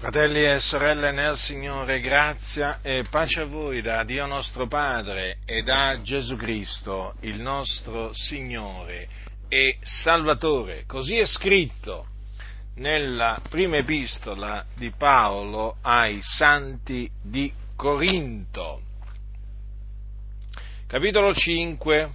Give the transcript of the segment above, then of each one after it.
Fratelli e sorelle nel Signore, grazia e pace a voi da Dio nostro Padre e da Gesù Cristo, il nostro Signore e Salvatore. Così è scritto nella prima epistola di Paolo ai Santi di Corinto. Capitolo 5.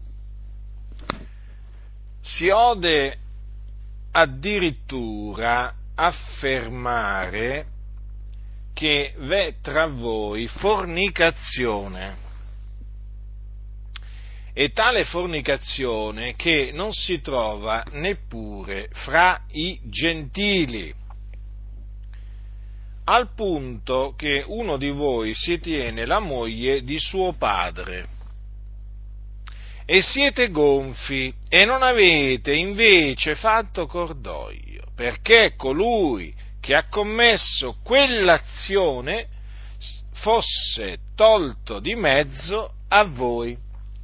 Si ode addirittura affermare che v'è tra voi fornicazione, e tale fornicazione che non si trova neppure fra i gentili, al punto che uno di voi si tiene la moglie di suo padre. E siete gonfi e non avete invece fatto cordoglio, perché colui che ha commesso quell'azione fosse tolto di mezzo a voi.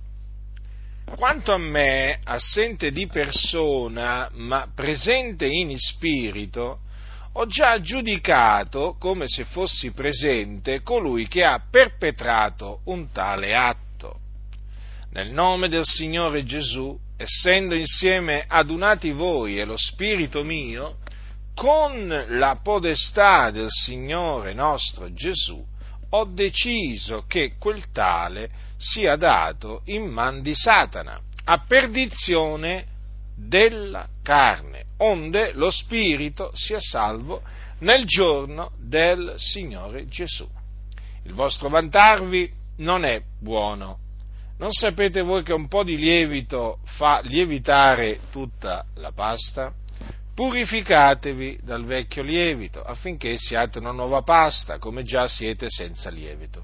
Quanto a me, assente di persona, ma presente in spirito, ho già giudicato, come se fossi presente, colui che ha perpetrato un tale atto. Nel nome del Signore Gesù, essendo insieme adunati voi e lo spirito mio, con la podestà del Signore nostro Gesù, ho deciso che quel tale sia dato in man di Satana, a perdizione della carne, onde lo spirito sia salvo nel giorno del Signore Gesù. Il vostro vantarvi non è buono. Non sapete voi che un po' di lievito fa lievitare tutta la pasta? Purificatevi dal vecchio lievito, affinché siate una nuova pasta, come già siete senza lievito.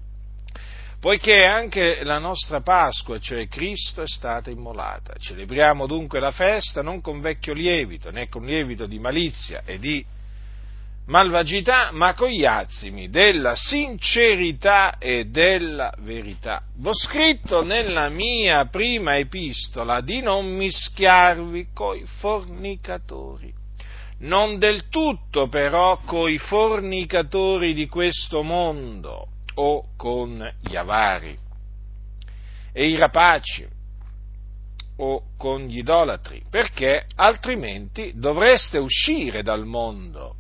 Poiché anche la nostra Pasqua, cioè Cristo, è stata immolata. Celebriamo dunque la festa non con vecchio lievito, né con lievito di malizia e di malvagità, ma con gli azimi della sincerità e della verità. V'ho scritto nella mia prima epistola di non mischiarvi coi fornicatori, non del tutto però coi fornicatori di questo mondo, o con gli avari e i rapaci, o con gli idolatri, perché altrimenti dovreste uscire dal mondo.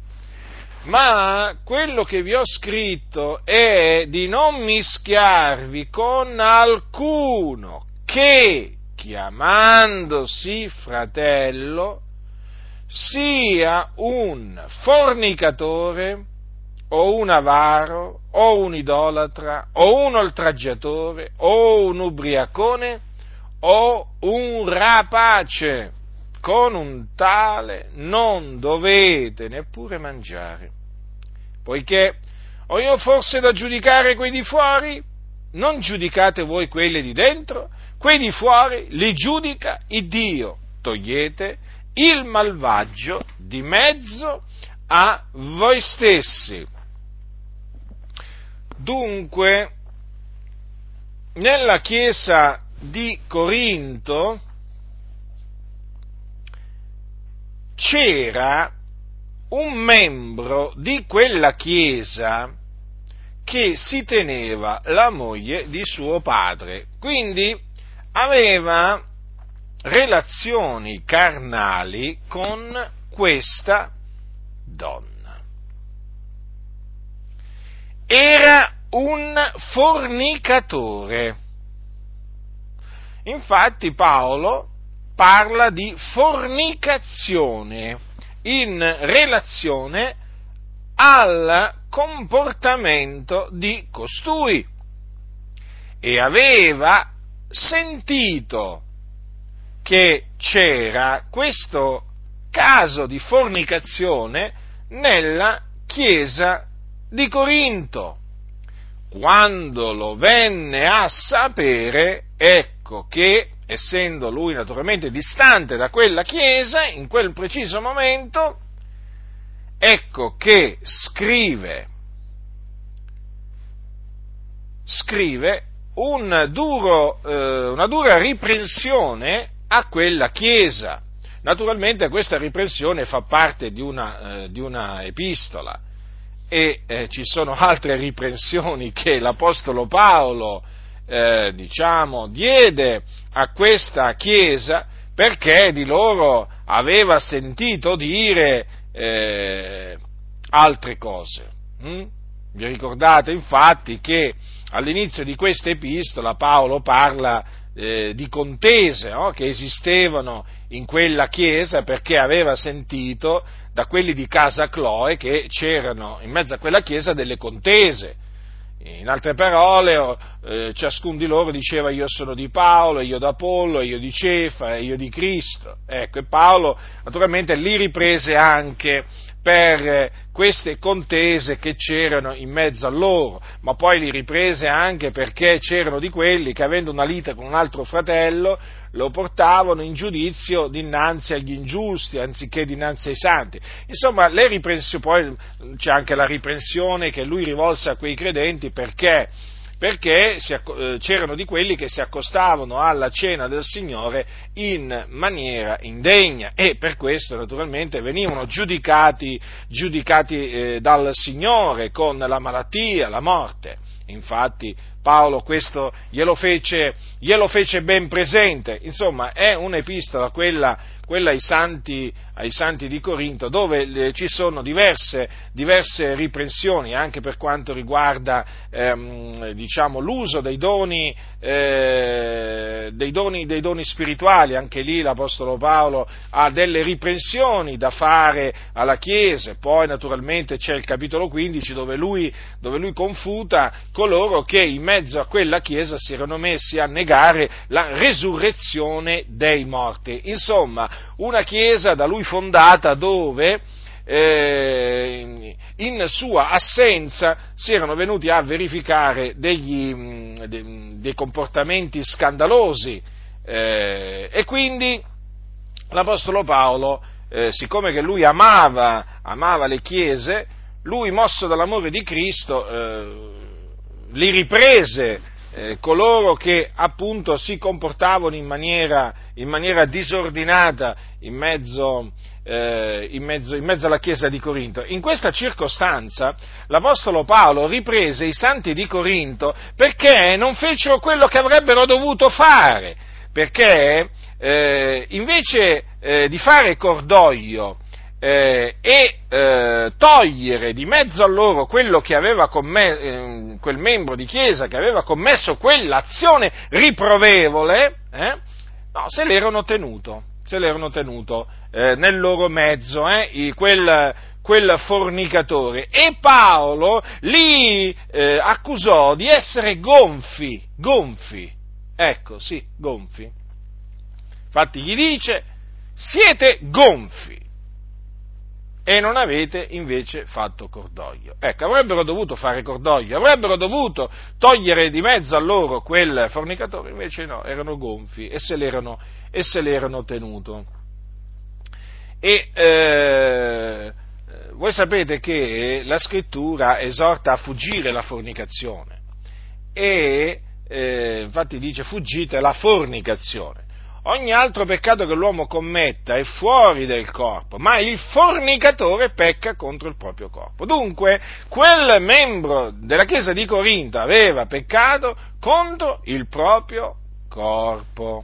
Ma quello che vi ho scritto è di non mischiarvi con alcuno che, chiamandosi fratello, sia un fornicatore, o un avaro, o un idolatra, o un oltraggiatore, o un ubriacone, o un rapace. Con un tale non dovete neppure mangiare. Poiché ho io forse da giudicare quei di fuori? Non giudicate voi quelli di dentro? Quei di fuori li giudica il Dio. Togliete il malvagio di mezzo a voi stessi. Dunque, nella chiesa di Corinto c'era un membro di quella chiesa che si teneva la moglie di suo padre, quindi aveva relazioni carnali con questa donna. Era un fornicatore. Infatti Paolo parla di fornicazione in relazione al comportamento di costui, e aveva sentito che c'era questo caso di fornicazione nella chiesa di Corinto. Quando lo venne a sapere, ecco che, essendo lui naturalmente distante da quella chiesa, in quel preciso momento, ecco che scrive una dura riprensione a quella chiesa. Naturalmente questa riprensione fa parte di una epistola, ci sono altre riprensioni che l'Apostolo Paolo, diede a questa Chiesa perché di loro aveva sentito dire altre cose. Vi ricordate infatti che all'inizio di questa epistola Paolo parla di contese, no? Che esistevano in quella chiesa, perché aveva sentito da quelli di casa Cloe che c'erano in mezzo a quella chiesa delle contese. In altre parole, ciascun di loro diceva: io sono di Paolo, io d'Apollo, io di Cefa, io di Cristo. Ecco, e Paolo naturalmente li riprese anche per queste contese che c'erano in mezzo a loro, ma poi li riprese anche perché c'erano di quelli che, avendo una lite con un altro fratello, lo portavano in giudizio dinanzi agli ingiusti anziché dinanzi ai santi. Insomma, le riprensioni, poi c'è anche la riprensione che lui rivolse a quei credenti perché c'erano di quelli che si accostavano alla cena del Signore in maniera indegna, e per questo naturalmente venivano giudicati dal Signore con la malattia, la morte. Infatti Paolo questo glielo fece ben presente. Insomma, è un'epistola quella ai santi di Corinto, dove ci sono diverse riprensioni anche per quanto riguarda l'uso dei doni spirituali. Anche lì l'Apostolo Paolo ha delle riprensioni da fare alla Chiesa. Poi naturalmente c'è il capitolo 15 dove lui confuta coloro che in mezzo a quella Chiesa si erano messi a negare la resurrezione dei morti. Insomma, una Chiesa da lui fondata dove in sua assenza si erano venuti a verificare dei comportamenti scandalosi, e quindi l'Apostolo Paolo, siccome che lui amava le chiese, lui, mosso dall'amore di Cristo, li riprese coloro che appunto si comportavano in maniera disordinata in mezzo alla Chiesa di Corinto. In questa circostanza l'Apostolo Paolo riprese i santi di Corinto perché non fecero quello che avrebbero dovuto fare, perché invece di fare cordoglio togliere di mezzo a loro quello che aveva quel membro di Chiesa che aveva commesso quell'azione riprovevole, se l'erano tenuto nel loro mezzo, quel fornicatore, e Paolo li accusò di essere gonfi, ecco, sì, gonfi. Infatti gli dice: siete gonfi e non avete invece fatto cordoglio. Ecco, avrebbero dovuto fare cordoglio, avrebbero dovuto togliere di mezzo a loro quel fornicatore, invece no, erano gonfi e se l'erano tenuto. E voi sapete che la Scrittura esorta a fuggire la fornicazione, e infatti dice: fuggite la fornicazione. Ogni altro peccato che l'uomo commetta è fuori del corpo, ma il fornicatore pecca contro il proprio corpo. Dunque, quel membro della Chiesa di Corinto aveva peccato contro il proprio corpo.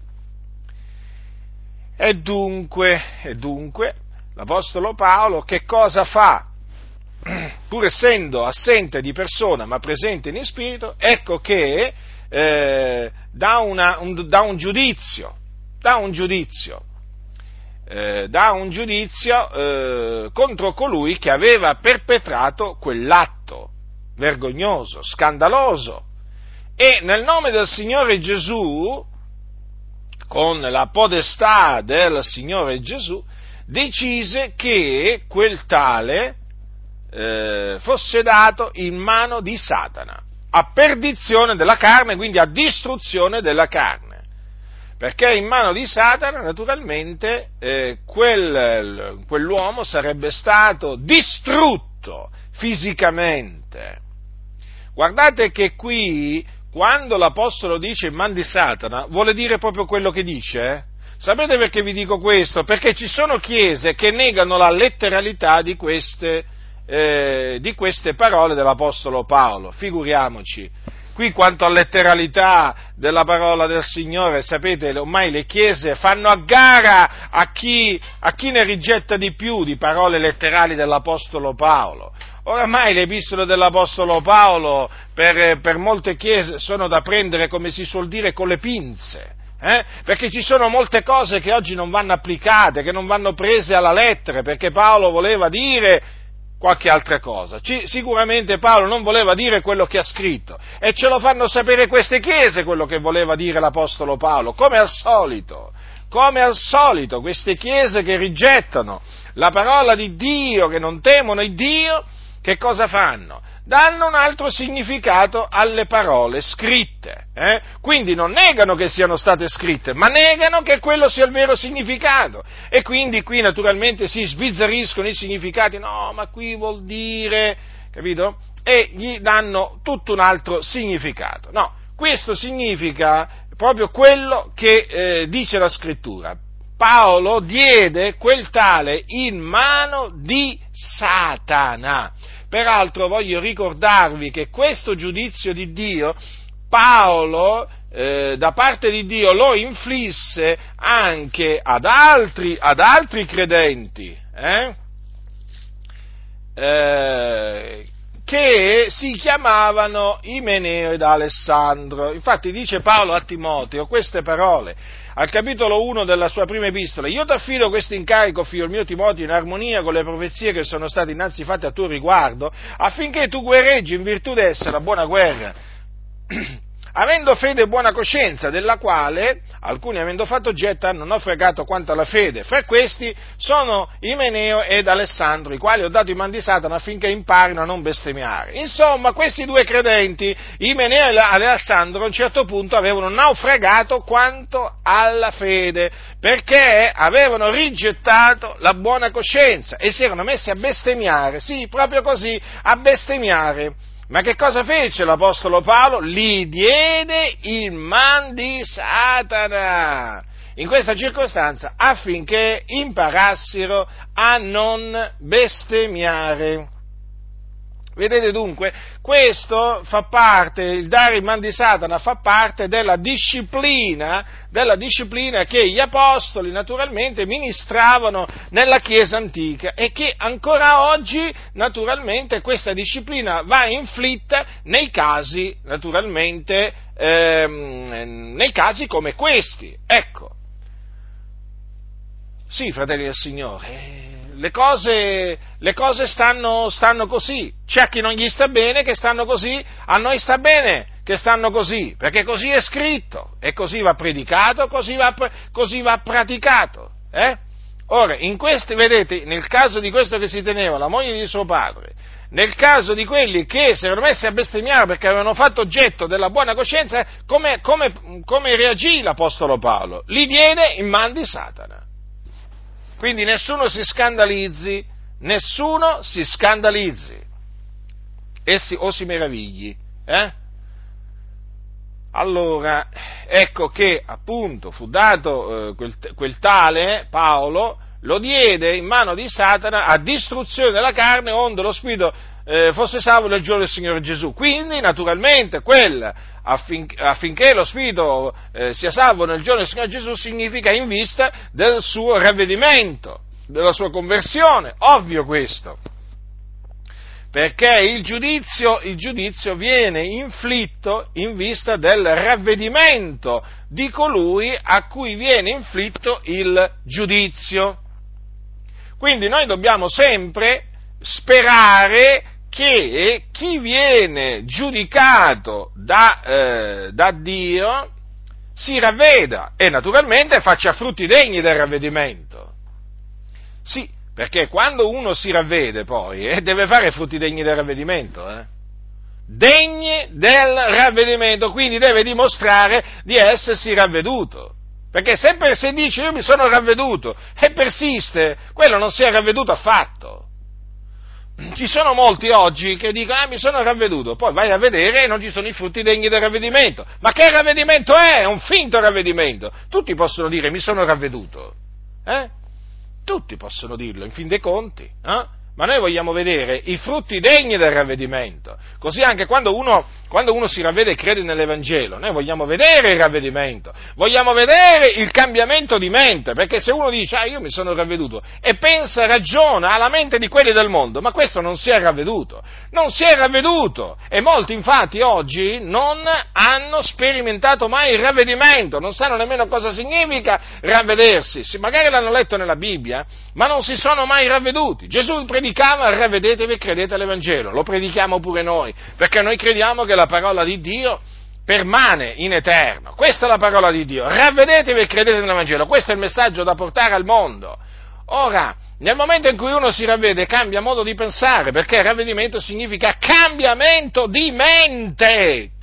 E dunque, l'Apostolo Paolo che cosa fa? Pur essendo assente di persona ma presente in spirito, ecco che dà un giudizio contro colui che aveva perpetrato quell'atto vergognoso, scandaloso, e nel nome del Signore Gesù, con la potestà del Signore Gesù, decise che quel tale fosse dato in mano di Satana, a perdizione della carne, quindi a distruzione della carne, perché in mano di Satana naturalmente quell'uomo sarebbe stato distrutto fisicamente. Guardate che qui, quando l'Apostolo dice in mano di Satana, vuole dire proprio quello che dice? Sapete perché vi dico questo? Perché ci sono chiese che negano la letteralità di queste di queste parole dell'Apostolo Paolo. Figuriamoci, qui quanto a letteralità della parola del Signore, sapete, ormai le chiese fanno a gara a chi ne rigetta di più di parole letterali dell'Apostolo Paolo. Oramai le epistole dell'Apostolo Paolo per molte chiese sono da prendere, come si suol dire, con le pinze, perché ci sono molte cose che oggi non vanno applicate, che non vanno prese alla lettera, perché Paolo voleva dire qualche altra cosa. Sicuramente Paolo non voleva dire quello che ha scritto, e ce lo fanno sapere queste chiese quello che voleva dire l'Apostolo Paolo, come al solito, queste chiese che rigettano la parola di Dio, che non temono il Dio, che cosa fanno? Danno un altro significato alle parole scritte, quindi non negano che siano state scritte, ma negano che quello sia il vero significato, e quindi qui naturalmente si sbizzarriscono i significati, no, ma qui vuol dire, capito? E gli danno tutto un altro significato. No, questo significa proprio quello che dice la Scrittura. Paolo diede quel tale in mano di Satana. Peraltro voglio ricordarvi che questo giudizio di Dio, Paolo, da parte di Dio, lo inflisse anche ad altri credenti, che si chiamavano Imeneo ed Alessandro. Infatti dice Paolo a Timoteo queste parole, al capitolo 1 della sua prima epistola: io ti affido questo incarico, figlio mio Timoteo, in armonia con le profezie che sono state innanzi fatte a tuo riguardo, affinché tu guerreggi in virtù d'essa la buona guerra, avendo fede e buona coscienza, della quale alcuni, avendo fatto oggetto, hanno naufragato quanto alla fede. Fra questi sono Imeneo ed Alessandro, i quali ho dato in man di Satana affinché imparino a non bestemmiare. Insomma, questi due credenti, Imeneo ed Alessandro, a un certo punto avevano naufragato quanto alla fede, perché avevano rigettato la buona coscienza e si erano messi a bestemmiare, sì, proprio così, a bestemmiare. Ma che cosa fece l'Apostolo Paolo? Li diede in man di Satana, in questa circostanza, affinché imparassero a non bestemmiare. Vedete dunque, questo fa parte, il dare in man di Satana fa parte della disciplina che gli apostoli naturalmente ministravano nella Chiesa antica, e che ancora oggi naturalmente questa disciplina va inflitta nei casi naturalmente, nei casi come questi. Ecco, sì, fratelli del Signore, le cose stanno così. C'è a chi non gli sta bene che stanno così, a noi sta bene che stanno così, perché così è scritto, e così va predicato, così va praticato. Ora, vedete, nel caso di questo che si teneva la moglie di suo padre, nel caso di quelli che si erano messi a bestemmiare perché avevano fatto oggetto della buona coscienza, come reagì l'Apostolo Paolo? Li diede in man di Satana. Quindi nessuno si scandalizzi, o si meravigli, Allora, ecco che appunto fu dato quel tale Paolo, lo diede in mano di Satana a distruzione della carne, onde lo spirito fosse salvo nel giorno del Signore Gesù. Quindi, naturalmente, affinché lo spirito sia salvo nel giorno del Signore Gesù significa in vista del suo ravvedimento, della sua conversione, ovvio questo. Perché il giudizio viene inflitto in vista del ravvedimento di colui a cui viene inflitto il giudizio. Quindi noi dobbiamo sempre sperare che chi viene giudicato da Dio si ravveda e naturalmente faccia frutti degni del ravvedimento. Sì, perché quando uno si ravvede poi deve fare frutti degni del ravvedimento, degni del ravvedimento, quindi deve dimostrare di essersi ravveduto. Perché se dice io mi sono ravveduto e persiste, quello non si è ravveduto affatto. Ci sono molti oggi che dicono mi sono ravveduto, poi vai a vedere e non ci sono i frutti degni del ravvedimento. Ma che ravvedimento è? È un finto ravvedimento. Tutti possono dire mi sono ravveduto, Tutti possono dirlo, in fin dei conti, ma noi vogliamo vedere i frutti degni del ravvedimento. Così anche quando uno si ravvede e crede nell'Evangelo, noi vogliamo vedere il ravvedimento, vogliamo vedere il cambiamento di mente, perché se uno dice, io mi sono ravveduto, e pensa, ragiona, ha la mente di quelli del mondo, ma questo non si è ravveduto, e molti infatti oggi non hanno sperimentato mai il ravvedimento, non sanno nemmeno cosa significa ravvedersi, magari l'hanno letto nella Bibbia, ma non si sono mai ravveduti. Gesù predicava: ravvedetevi e credete all'Evangelo, lo predichiamo pure noi, perché noi crediamo che la parola di Dio permane in eterno. Questa è la parola di Dio: ravvedetevi e credete nell'Evangelo, questo è il messaggio da portare al mondo. Ora, nel momento in cui uno si ravvede, cambia modo di pensare, perché ravvedimento significa cambiamento di mente.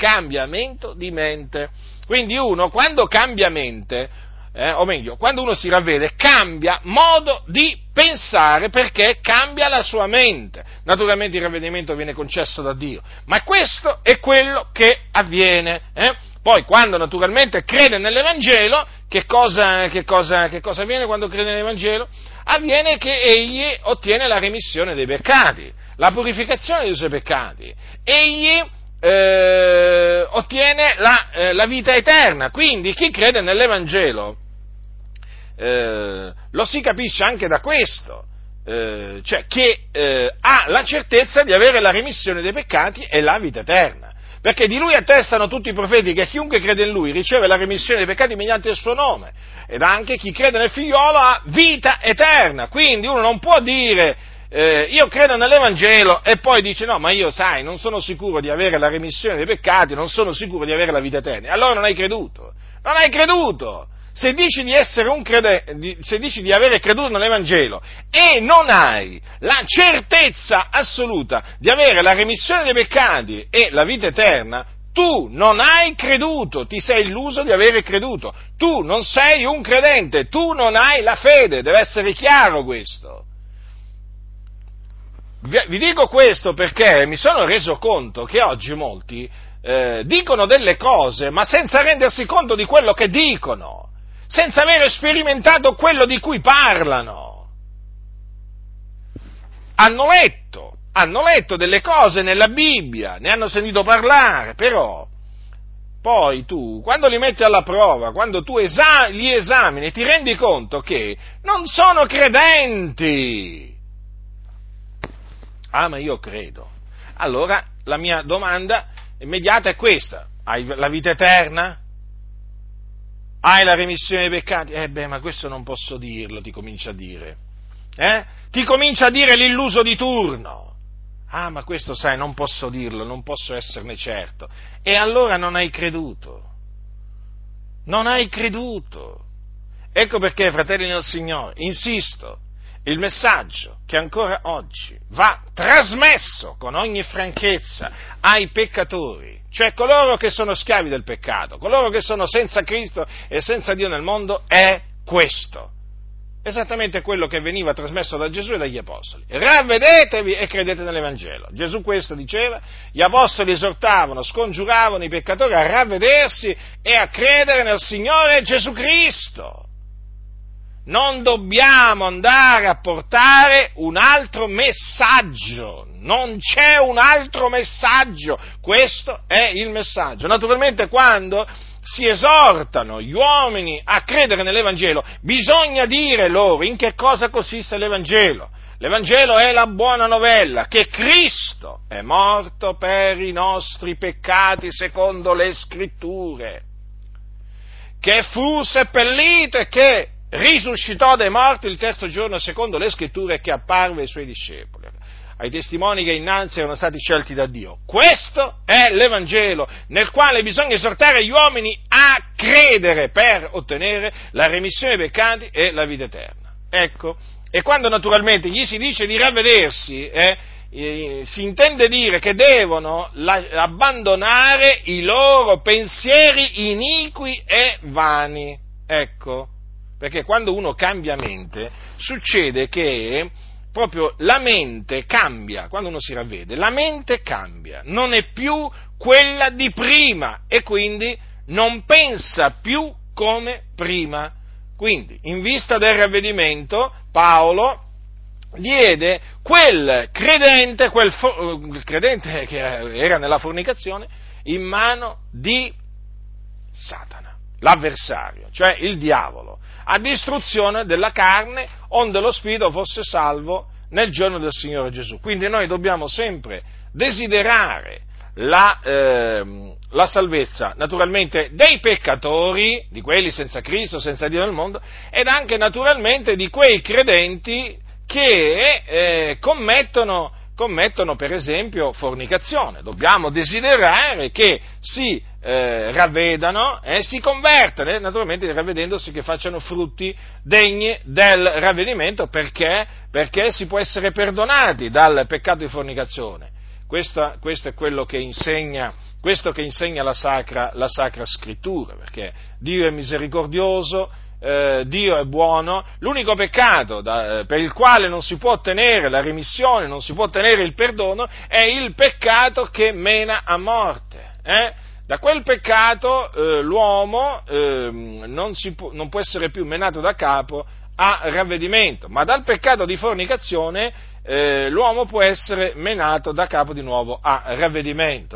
Quindi uno, quando cambia mente, quando uno si ravvede, cambia modo di pensare, perché cambia la sua mente. Naturalmente il ravvedimento viene concesso da Dio, ma questo è quello che avviene. Poi, quando naturalmente crede nell'Evangelo, che cosa avviene quando crede nell'Evangelo? Avviene che egli ottiene la remissione dei peccati, la purificazione dei suoi peccati. Egli ottiene la vita eterna. Quindi chi crede nell'Evangelo lo si capisce anche da questo, cioè che ha la certezza di avere la remissione dei peccati e la vita eterna, perché di lui attestano tutti i profeti che chiunque crede in lui riceve la remissione dei peccati mediante il suo nome, ed anche chi crede nel figliolo ha vita eterna. Quindi uno non può dire io credo nell'Evangelo e poi dice no, ma io non sono sicuro di avere la remissione dei peccati, non sono sicuro di avere la vita eterna. Allora non hai creduto. Se dici se dici di avere creduto nell'Evangelo e non hai la certezza assoluta di avere la remissione dei peccati e la vita eterna, tu non hai creduto, ti sei illuso di avere creduto, tu non sei un credente, tu non hai la fede, deve essere chiaro questo. Vi dico questo perché mi sono reso conto che oggi molti dicono delle cose, ma senza rendersi conto di quello che dicono, senza avere sperimentato quello di cui parlano. Hanno letto delle cose nella Bibbia, ne hanno sentito parlare, però poi tu, quando li metti alla prova, quando tu li esamini, ti rendi conto che non sono credenti. Ma io credo. Allora la mia domanda immediata è questa: hai la vita eterna? Hai la remissione dei peccati? Ma questo non posso dirlo, ti comincia a dire. Ti comincia a dire l'illuso di turno. Ma questo non posso dirlo, non posso esserne certo. E allora non hai creduto. Ecco perché, fratelli del Signore, insisto, il messaggio che ancora oggi va trasmesso con ogni franchezza ai peccatori, cioè coloro che sono schiavi del peccato, coloro che sono senza Cristo e senza Dio nel mondo, è questo. Esattamente quello che veniva trasmesso da Gesù e dagli Apostoli. Ravvedetevi e credete nell'Evangelo. Gesù questo diceva, gli Apostoli esortavano, scongiuravano i peccatori a ravvedersi e a credere nel Signore Gesù Cristo. Non dobbiamo andare a portare un altro messaggio, non c'è un altro messaggio, questo è il messaggio. Naturalmente quando si esortano gli uomini a credere nell'Evangelo, bisogna dire loro in che cosa consiste l'Evangelo. L'Evangelo è la buona novella, che Cristo è morto per i nostri peccati secondo le Scritture, che fu seppellito e che risuscitò dai morti il terzo giorno secondo le Scritture e che apparve ai suoi discepoli, ai testimoni che innanzi erano stati scelti da Dio. Questo è l'Evangelo nel quale bisogna esortare gli uomini a credere per ottenere la remissione dei peccati e la vita eterna. Ecco, e quando naturalmente gli si dice di ravvedersi, si intende dire che devono abbandonare i loro pensieri iniqui e vani. Ecco, perché quando uno cambia mente, succede che proprio la mente cambia, quando uno si ravvede, la mente cambia, non è più quella di prima e quindi non pensa più come prima. Quindi, in vista del ravvedimento, Paolo diede quel credente, il credente che era nella fornicazione, in mano di Satana, l'avversario, cioè il diavolo, a distruzione della carne, onde lo spirito fosse salvo nel giorno del Signore Gesù. Quindi noi dobbiamo sempre desiderare la salvezza, naturalmente, dei peccatori, di quelli senza Cristo, senza Dio nel mondo, ed anche naturalmente di quei credenti che commettono per esempio fornicazione. Dobbiamo desiderare che si ravvedano e si convertano, naturalmente ravvedendosi che facciano frutti degni del ravvedimento, perché si può essere perdonati dal peccato di fornicazione. Questo è quello che insegna la Sacra Scrittura, perché Dio è misericordioso, Dio è buono. L'unico peccato per il quale non si può ottenere la remissione, non si può ottenere il perdono, è il peccato che mena a morte. Da quel peccato l'uomo non può essere più menato da capo a ravvedimento, ma dal peccato di fornicazione l'uomo può essere menato da capo di nuovo a ravvedimento.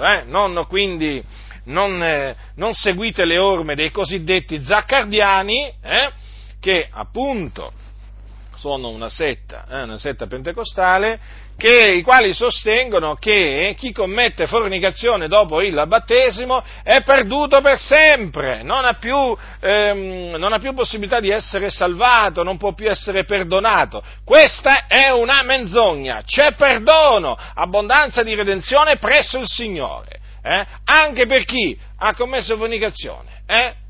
Non seguite le orme dei cosiddetti zaccardiani, che appunto sono una setta pentecostale, i quali sostengono che chi commette fornicazione dopo il battesimo è perduto per sempre, non ha più possibilità di essere salvato, non può più essere perdonato. Questa è una menzogna, c'è perdono, abbondanza di redenzione presso il Signore, anche per chi ha commesso fornicazione,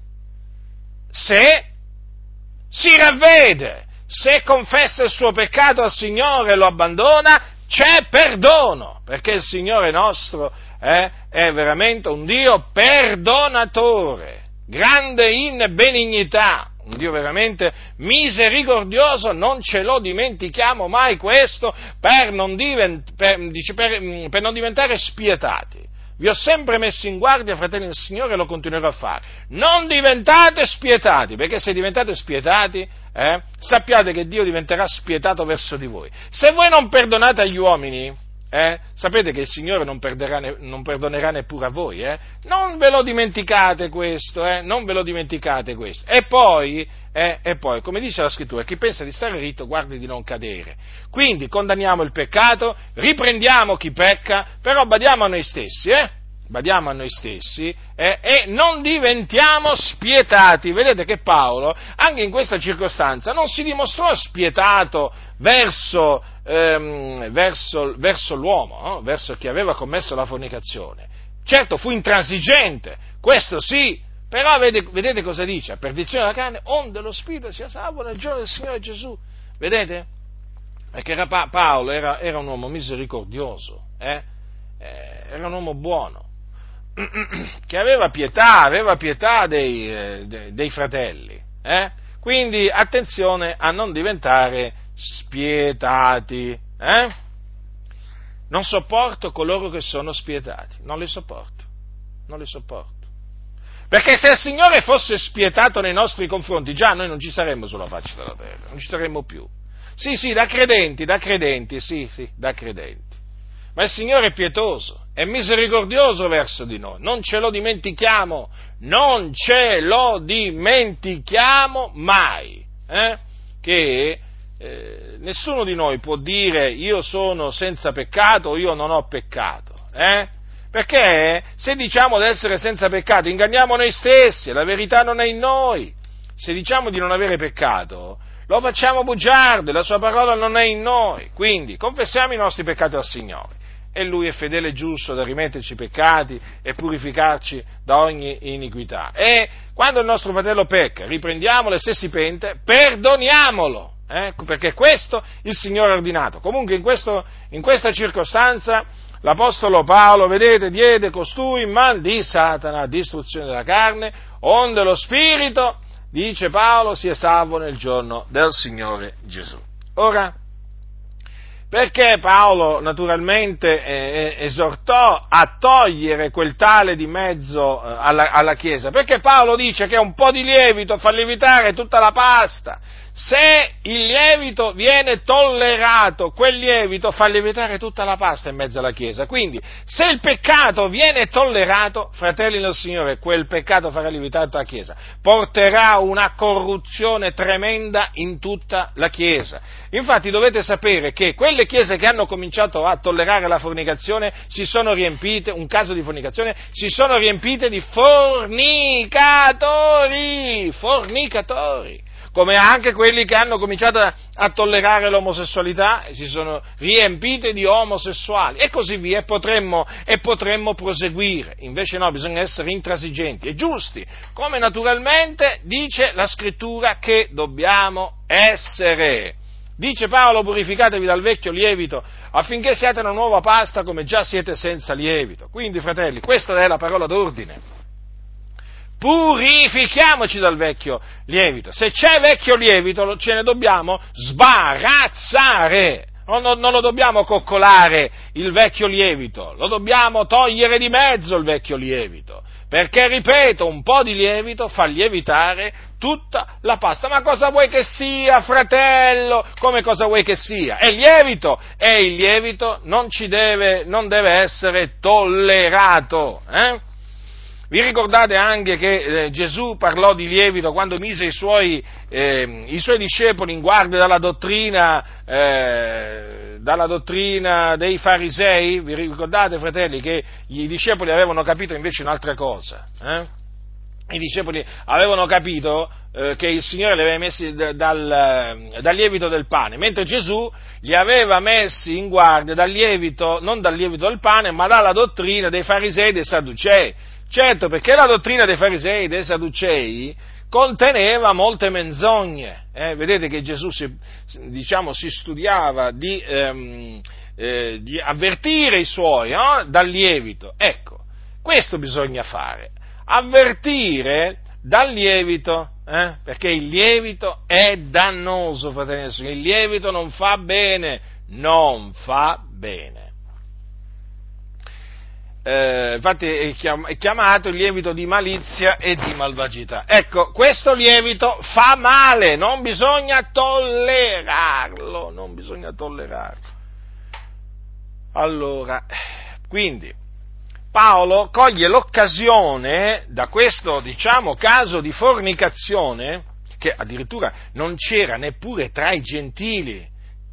se si ravvede, se confessa il suo peccato al Signore e lo abbandona, c'è perdono, perché il Signore nostro è veramente un Dio perdonatore, grande in benignità, un Dio veramente misericordioso. Non ce lo dimentichiamo mai questo, per non diventare spietati. Vi ho sempre messo in guardia, fratelli del Signore, e lo continuerò a fare. Non diventate spietati, perché se diventate spietati, sappiate che Dio diventerà spietato verso di voi. Se voi non perdonate agli uomini, sapete che il Signore non perdonerà neppure a voi. Non ve lo dimenticate questo, non ve lo dimenticate questo. E poi, come dice la Scrittura, chi pensa di stare ritto guardi di non cadere. Quindi condanniamo il peccato, riprendiamo chi pecca, però badiamo a noi stessi, e non diventiamo spietati. Vedete che Paolo, anche in questa circostanza, non si dimostrò spietato verso l'uomo, no? Verso chi aveva commesso la fornicazione. Certo, fu intransigente, questo sì, però vedete cosa dice? A perdizione della carne, onde lo spirito sia salvo nel giorno del Signore Gesù. Vedete? Perché Paolo era un uomo misericordioso, era un uomo buono, che aveva pietà dei fratelli, quindi attenzione a non diventare spietati, Non sopporto coloro che sono spietati, non li sopporto, perché se il Signore fosse spietato nei nostri confronti, già noi non ci saremmo sulla faccia della terra, non ci saremmo più, sì, da credenti, sì, da credenti. Ma il Signore è pietoso, è misericordioso verso di noi, non ce lo dimentichiamo mai, che nessuno di noi può dire io sono senza peccato o io non ho peccato, perché se diciamo di essere senza peccato inganniamo noi stessi, la verità non è in noi. Se diciamo di non avere peccato lo facciamo bugiardo, la sua parola non è in noi. Quindi confessiamo i nostri peccati al Signore e Lui è fedele e giusto da rimetterci i peccati e purificarci da ogni iniquità. E quando il nostro fratello pecca, riprendiamolo, e se si pente, perdoniamolo, perché questo il Signore ha ordinato. Comunque in questa circostanza l'Apostolo Paolo, vedete, diede costui in man di Satana a distruzione della carne, onde lo spirito, dice Paolo, sia salvo nel giorno del Signore Gesù. Ora, perché Paolo naturalmente esortò a togliere quel tale di mezzo alla Chiesa? Perché Paolo dice che un po' di lievito fa lievitare tutta la pasta. se il lievito viene tollerato, quel lievito fa lievitare tutta la pasta in mezzo alla Chiesa. Quindi, se il peccato viene tollerato, fratelli del Signore, quel peccato farà lievitare tutta la Chiesa, porterà una corruzione tremenda in tutta la Chiesa. Infatti dovete sapere che quelle chiese che hanno cominciato a tollerare la fornicazione si sono riempite, un caso di fornicazione, si sono riempite di fornicatori, come anche quelli che hanno cominciato a tollerare l'omosessualità si sono riempite di omosessuali e così via, e potremmo proseguire. Invece no, bisogna essere intransigenti e giusti, come naturalmente dice la Scrittura che dobbiamo essere. Dice Paolo: purificatevi dal vecchio lievito affinché siate una nuova pasta come già siete senza lievito. Quindi, fratelli, questa è la parola d'ordine. Purifichiamoci dal vecchio lievito. Se c'è vecchio lievito ce ne dobbiamo sbarazzare. Non lo dobbiamo coccolare il vecchio lievito, lo dobbiamo togliere di mezzo il vecchio lievito, perché, ripeto, un po' di lievito fa lievitare tutta la pasta. Ma cosa vuoi che sia, fratello? Come cosa vuoi che sia? È lievito, e il lievito non deve essere tollerato, Vi ricordate anche che Gesù parlò di lievito quando mise i suoi discepoli in guardia dalla dottrina dei farisei? Vi ricordate, fratelli, che i discepoli avevano capito invece un'altra cosa? I discepoli avevano capito che il Signore li aveva messi dal lievito del pane, mentre Gesù li aveva messi in guardia non dal lievito del pane, ma dalla dottrina dei farisei e dei sadducei. Certo, perché la dottrina dei farisei e dei sadducei conteneva molte menzogne. Vedete che Gesù si studiava di avvertire i suoi dal lievito. Ecco, questo bisogna fare, avvertire dal lievito, perché il lievito è dannoso, fratelli, il lievito non fa bene. Infatti è chiamato il lievito di malizia e di malvagità. Ecco, questo lievito fa male, non bisogna tollerarlo. Allora, quindi, Paolo coglie l'occasione da questo, caso di fornicazione, che addirittura non c'era neppure tra i gentili.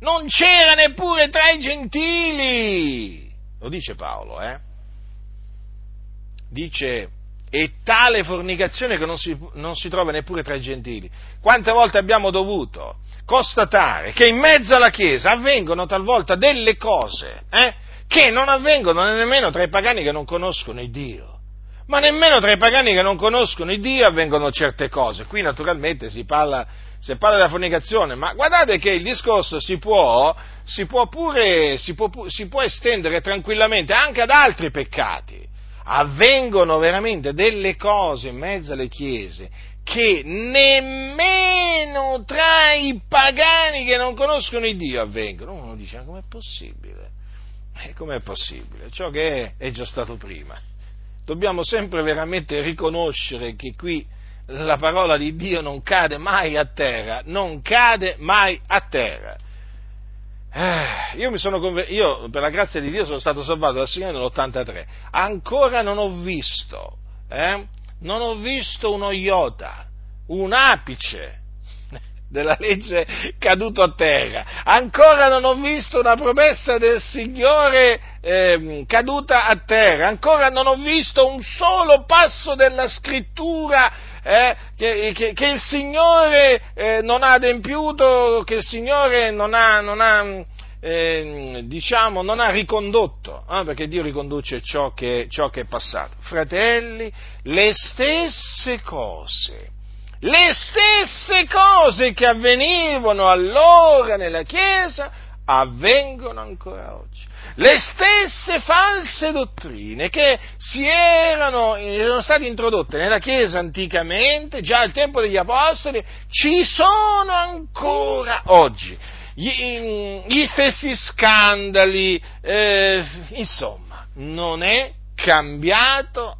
Lo dice Paolo, Dice, e tale fornicazione che non si trova neppure tra i gentili. Quante volte abbiamo dovuto constatare che in mezzo alla Chiesa avvengono talvolta delle cose, che non avvengono nemmeno tra i pagani che non conoscono il Dio. Ma nemmeno tra i pagani che non conoscono il Dio avvengono certe cose. Qui naturalmente si parla della fornicazione, ma guardate che il discorso si può estendere tranquillamente anche ad altri peccati. Avvengono veramente delle cose in mezzo alle chiese che nemmeno tra i pagani che non conoscono il Dio avvengono. Uno dice: ma com'è possibile? Com'è possibile? Ciò che è già stato prima. Dobbiamo sempre veramente riconoscere che qui la parola di Dio non cade mai a terra. Io per la grazia di Dio sono stato salvato dal Signore nell'83, ancora non ho visto uno iota, un apice della legge caduto a terra, ancora non ho visto una promessa del Signore caduta a terra, ancora non ho visto un solo passo della Scrittura che il Signore non ha adempiuto, che il Signore non ha ricondotto, perché Dio riconduce ciò che è passato. Fratelli, le stesse cose che avvenivano allora nella Chiesa avvengono ancora oggi. Le stesse false dottrine che erano state introdotte nella Chiesa anticamente, già al tempo degli Apostoli, ci sono ancora oggi. Gli stessi scandali, insomma, non è cambiato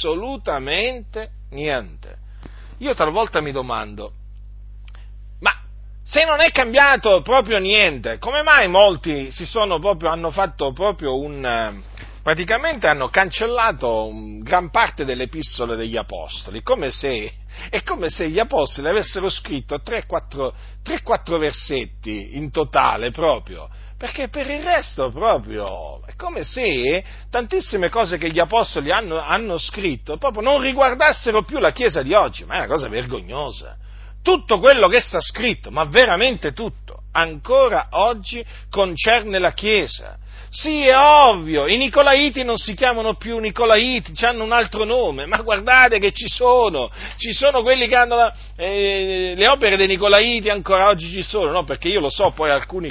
assolutamente niente. Io talvolta mi domando, ma Se non è cambiato proprio niente, come mai molti hanno fatto proprio praticamente hanno cancellato gran parte delle epistole degli apostoli, è come se gli apostoli avessero scritto 3-4 versetti in totale proprio, perché per il resto proprio è come se tantissime cose che gli apostoli hanno scritto proprio non riguardassero più la Chiesa di oggi, ma è una cosa vergognosa. Tutto quello che sta scritto, ma veramente tutto, ancora oggi concerne la Chiesa. Sì, è ovvio, i Nicolaiti non si chiamano più Nicolaiti, hanno un altro nome, ma guardate che ci sono quelli che hanno le opere dei Nicolaiti ancora oggi ci sono, no? Perché io lo so poi alcuni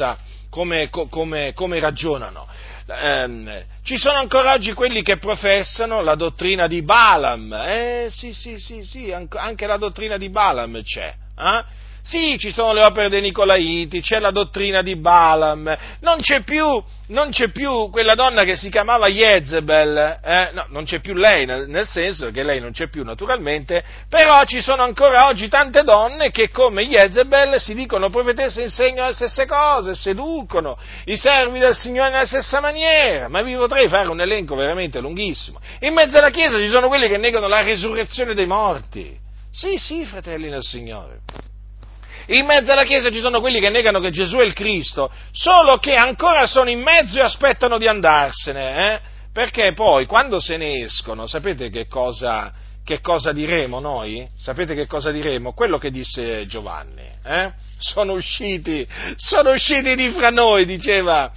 come ragionano. Ci sono ancora oggi quelli che professano la dottrina di Balaam, sì, anche la dottrina di Balaam c'è, Sì, ci sono le opere dei Nicolaiti, c'è la dottrina di Balaam, non c'è più quella donna che si chiamava Jezebel, no, non c'è più lei, nel senso che lei non c'è più naturalmente, però ci sono ancora oggi tante donne che come Jezebel si dicono profetesse, insegnano le stesse cose, seducono i servi del Signore nella stessa maniera, ma vi potrei fare un elenco veramente lunghissimo. In mezzo alla Chiesa ci sono quelli che negano la resurrezione dei morti, sì, fratelli nel Signore. In mezzo alla Chiesa ci sono quelli che negano che Gesù è il Cristo, solo che ancora sono in mezzo e aspettano di andarsene, perché poi quando se ne escono, sapete che cosa diremo noi? Sapete che cosa diremo? Quello che disse Giovanni, Sono usciti di fra noi, diceva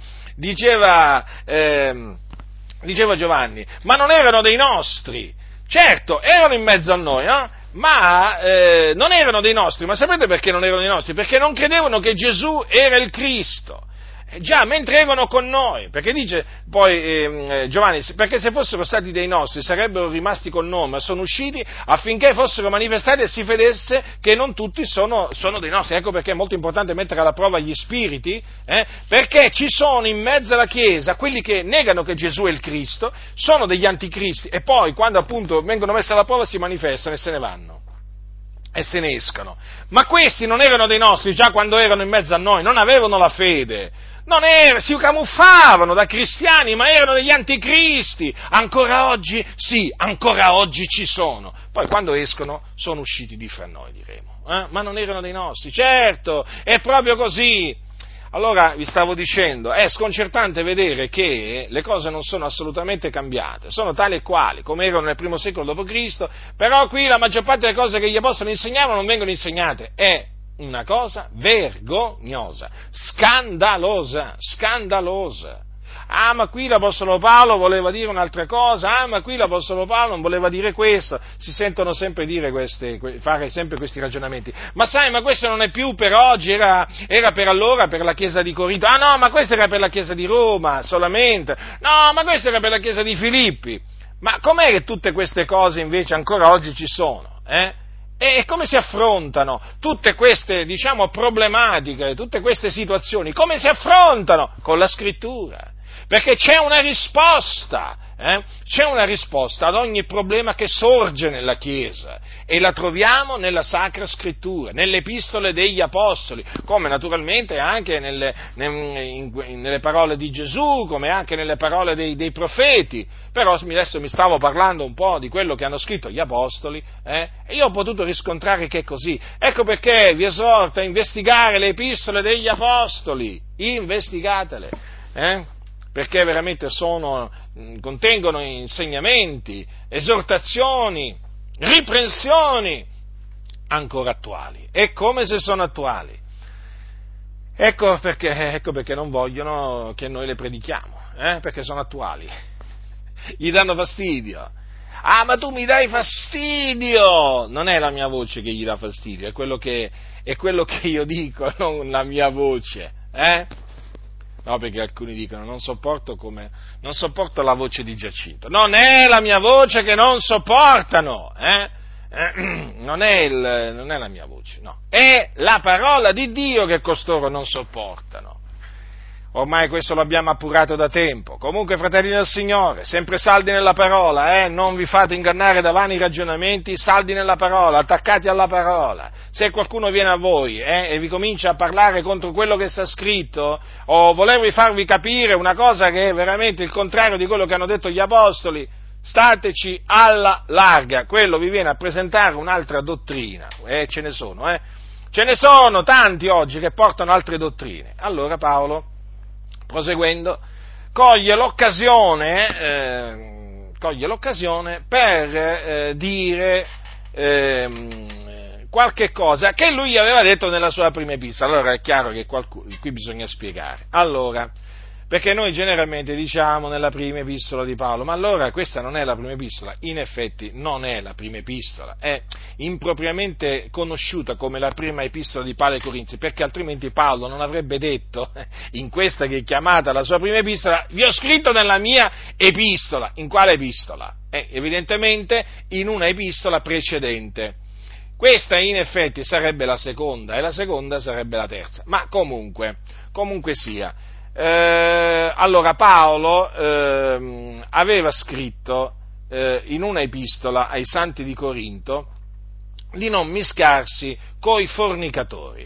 Giovanni, ma non erano dei nostri. Certo, erano in mezzo a noi, ma non erano dei nostri, ma sapete perché non erano dei nostri? Perché non credevano che Gesù era il Cristo, già mentre erano con noi, perché dice poi Giovanni, perché se fossero stati dei nostri sarebbero rimasti con noi, ma sono usciti affinché fossero manifestati e si vedesse che non tutti sono dei nostri. Ecco perché è molto importante mettere alla prova gli spiriti, perché ci sono in mezzo alla Chiesa quelli che negano che Gesù è il Cristo, sono degli anticristi e poi quando appunto vengono messi alla prova si manifestano e se ne vanno. E se ne escono. Ma questi non erano dei nostri già quando erano in mezzo a noi, non avevano la fede, si camuffavano da cristiani, ma erano degli anticristi. Ancora oggi, sì, ancora oggi ci sono. Poi quando escono sono usciti di fra noi, diremo. Ma non erano dei nostri, certo, è proprio così. Allora, vi stavo dicendo, è sconcertante vedere che le cose non sono assolutamente cambiate, sono tali e quali, come erano nel primo secolo d.C., però qui la maggior parte delle cose che gli apostoli insegnavano non vengono insegnate, è una cosa vergognosa, scandalosa. Ma qui l'Apostolo Paolo voleva dire un'altra cosa, ma qui l'Apostolo Paolo non voleva dire questo, si sentono sempre dire fare sempre questi ragionamenti, ma sai, ma questo non è più per oggi, era per allora, per la Chiesa di Corinto, no, ma questo era per la Chiesa di Roma solamente, no, ma questo era per la Chiesa di Filippi, ma com'è che tutte queste cose invece ancora oggi ci sono, E come si affrontano tutte queste, problematiche, tutte queste situazioni, come si affrontano? Con la Scrittura. Perché c'è una risposta ad ogni problema che sorge nella Chiesa e la troviamo nella Sacra Scrittura, nelle epistole degli Apostoli, come naturalmente anche nelle parole di Gesù, come anche nelle parole dei profeti, però adesso mi stavo parlando un po' di quello che hanno scritto gli Apostoli, e io ho potuto riscontrare che è così. Ecco perché vi esorto a investigare le epistole degli Apostoli, investigatele, perché veramente contengono insegnamenti, esortazioni, riprensioni ancora attuali, è come se sono attuali. Ecco perché non vogliono che noi le predichiamo, perché sono attuali, gli danno fastidio. Ma tu mi dai fastidio! Non è la mia voce che gli dà fastidio, è quello che io dico, non la mia voce, No, perché alcuni dicono non sopporto la voce di Giacinto. Non è la mia voce che non sopportano, Non è la mia voce, no. È la parola di Dio che costoro non sopportano. Ormai questo lo abbiamo appurato da tempo. Comunque, fratelli del Signore, sempre saldi nella parola, non vi fate ingannare da vani ragionamenti, saldi nella parola, attaccati alla parola. Se qualcuno viene a voi e vi comincia a parlare contro quello che sta scritto, o volervi farvi capire una cosa che è veramente il contrario di quello che hanno detto gli apostoli, stateci alla larga. Quello vi viene a presentare un'altra dottrina, ce ne sono, Ce ne sono tanti oggi che portano altre dottrine. Allora Paolo, proseguendo, coglie l'occasione per dire qualche cosa che lui aveva detto nella sua prima epistola. Allora è chiaro che qui bisogna spiegare. Allora, perché noi generalmente diciamo nella prima epistola di Paolo, ma allora questa non è la prima epistola. In effetti non è la prima epistola, è impropriamente conosciuta come la prima epistola di Paolo ai Corinzi, perché altrimenti Paolo non avrebbe detto in questa che è chiamata la sua prima epistola: vi ho scritto nella mia epistola. In quale epistola? Evidentemente in una epistola precedente. Questa in effetti sarebbe la seconda e la seconda sarebbe la terza, ma comunque sia. Allora Paolo aveva scritto in una epistola ai santi di Corinto di non mischiarsi coi fornicatori,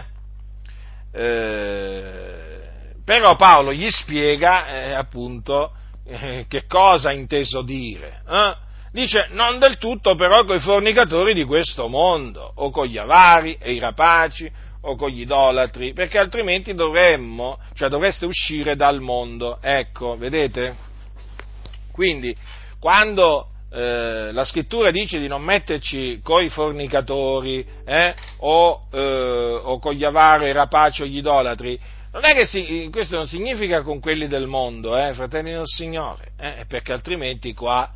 però Paolo gli spiega appunto che cosa ha inteso dire. Dice: non del tutto però coi fornicatori di questo mondo, o con gli avari e i rapaci, o con gli idolatri, perché altrimenti dovreste uscire dal mondo. Ecco, vedete? Quindi, quando la scrittura dice di non metterci coi fornicatori, o con gli avari, i rapaci o gli idolatri, non è che questo non significa con quelli del mondo, fratelli del Signore, perché altrimenti qua,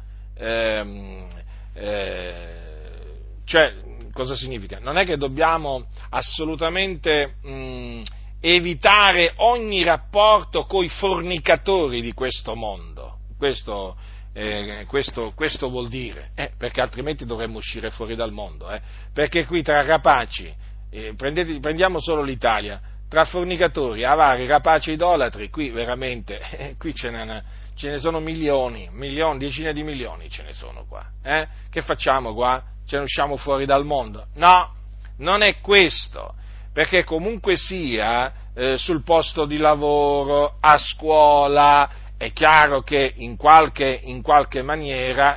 cosa significa? Non è che dobbiamo assolutamente evitare ogni rapporto coi fornicatori di questo mondo, questo vuol dire, perché altrimenti dovremmo uscire fuori dal mondo, perché qui tra rapaci, prendiamo solo l'Italia, tra fornicatori, avari, rapaci, idolatri, qui veramente, qui ce ne sono milioni, decine di milioni ce ne sono qua, Che facciamo qua? Ce ne usciamo fuori dal mondo? No, non è questo, perché comunque sia sul posto di lavoro, a scuola, è chiaro che in qualche maniera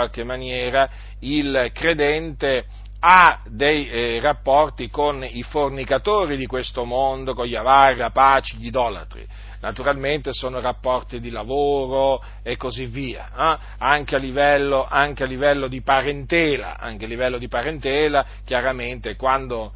il credente ha dei rapporti con i fornicatori di questo mondo, con gli avari, rapaci, gli idolatri. Naturalmente sono rapporti di lavoro e così via, anche a livello di parentela, chiaramente quando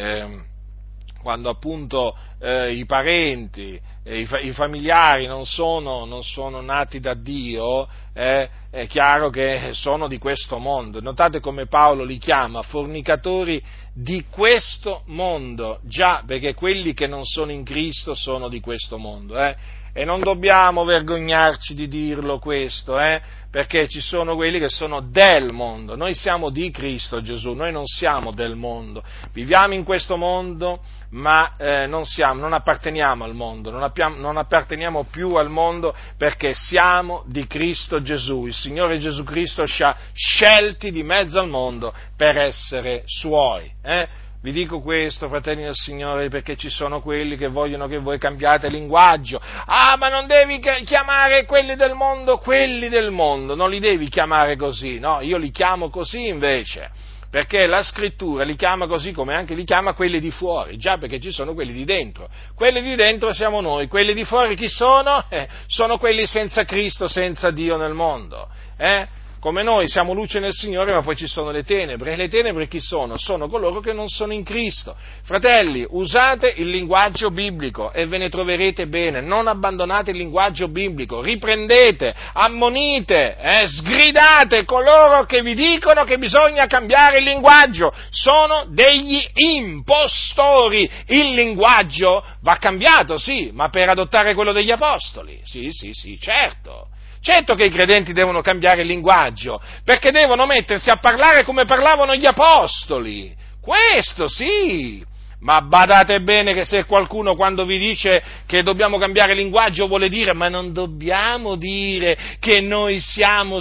appunto i parenti, i familiari non sono nati da Dio, è chiaro che sono di questo mondo. Notate come Paolo li chiama fornicatori di questo mondo, già, perché quelli che non sono in Cristo sono di questo mondo, e non dobbiamo vergognarci di dirlo questo, perché ci sono quelli che sono del mondo. Noi siamo di Cristo Gesù, noi non siamo del mondo, viviamo in questo mondo, ma non apparteniamo al mondo, non apparteniamo più al mondo, perché siamo di Cristo Gesù. Il Signore Gesù Cristo ci ha scelti di mezzo al mondo per essere Suoi. Vi dico questo, fratelli del Signore, perché ci sono quelli che vogliono che voi cambiate linguaggio. Ma non devi chiamare quelli del mondo, non li devi chiamare così, no, io li chiamo così invece, perché la Scrittura li chiama così come anche li chiama quelli di fuori, già, perché ci sono quelli di dentro. Quelli di dentro siamo noi, quelli di fuori chi sono? Sono quelli senza Cristo, senza Dio nel mondo, Come noi siamo luce nel Signore, ma poi ci sono le tenebre. E le tenebre chi sono? Sono coloro che non sono in Cristo. Fratelli, usate il linguaggio biblico e ve ne troverete bene. Non abbandonate il linguaggio biblico. Riprendete, ammonite, sgridate coloro che vi dicono che bisogna cambiare il linguaggio. Sono degli impostori. Il linguaggio va cambiato, sì, ma per adottare quello degli apostoli. Sì, certo. Certo che i credenti devono cambiare il linguaggio, perché devono mettersi a parlare come parlavano gli apostoli, questo sì, Ma badate bene che se qualcuno quando vi dice che dobbiamo cambiare linguaggio vuole dire ma non dobbiamo dire che noi siamo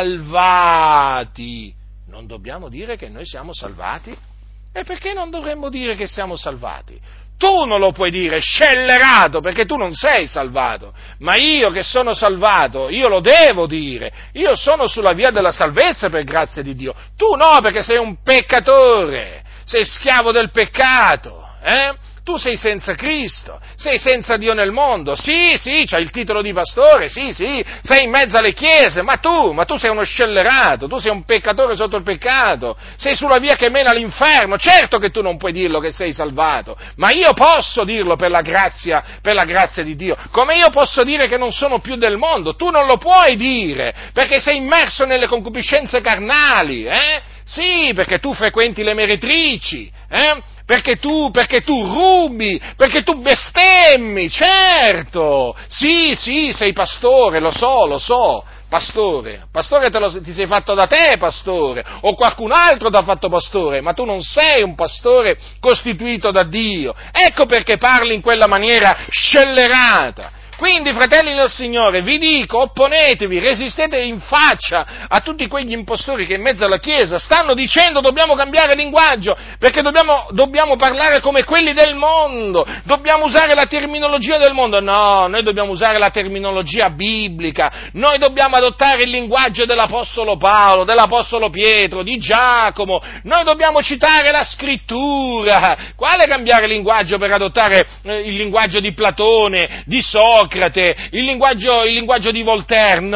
salvati. Non dobbiamo dire che noi siamo salvati? E perché non dovremmo dire che siamo salvati? Tu non lo puoi dire, scellerato, perché tu non sei salvato, ma io che sono salvato, io lo devo dire, io sono sulla via della salvezza per grazia di Dio, tu no perché sei un peccatore, sei schiavo del peccato, Tu sei senza Cristo, sei senza Dio nel mondo, sì, c'hai il titolo di pastore, sì, sei in mezzo alle chiese, ma tu sei uno scellerato, tu sei un peccatore sotto il peccato, sei sulla via che mena all'inferno, certo che tu non puoi dirlo che sei salvato, ma io posso dirlo per la grazia di Dio, come io posso dire che non sono più del mondo, tu non lo puoi dire, perché sei immerso nelle concupiscenze carnali, Sì, perché tu frequenti le meretrici, perché tu rubi, perché tu bestemmi, certo! Sì, sei pastore, lo so, pastore ti sei fatto da te, pastore, o qualcun altro ti ha fatto pastore, ma tu non sei un pastore costituito da Dio. Ecco perché parli in quella maniera scellerata. Quindi, fratelli del Signore, vi dico, opponetevi, resistete in faccia a tutti quegli impostori che in mezzo alla Chiesa stanno dicendo dobbiamo cambiare linguaggio, perché dobbiamo parlare come quelli del mondo, dobbiamo usare la terminologia del mondo. No, noi dobbiamo usare la terminologia biblica, noi dobbiamo adottare il linguaggio dell'Apostolo Paolo, dell'Apostolo Pietro, di Giacomo, noi dobbiamo citare la Scrittura. Quale cambiare linguaggio per adottare il linguaggio di Platone, di Socrate, il linguaggio di Voltaire, no,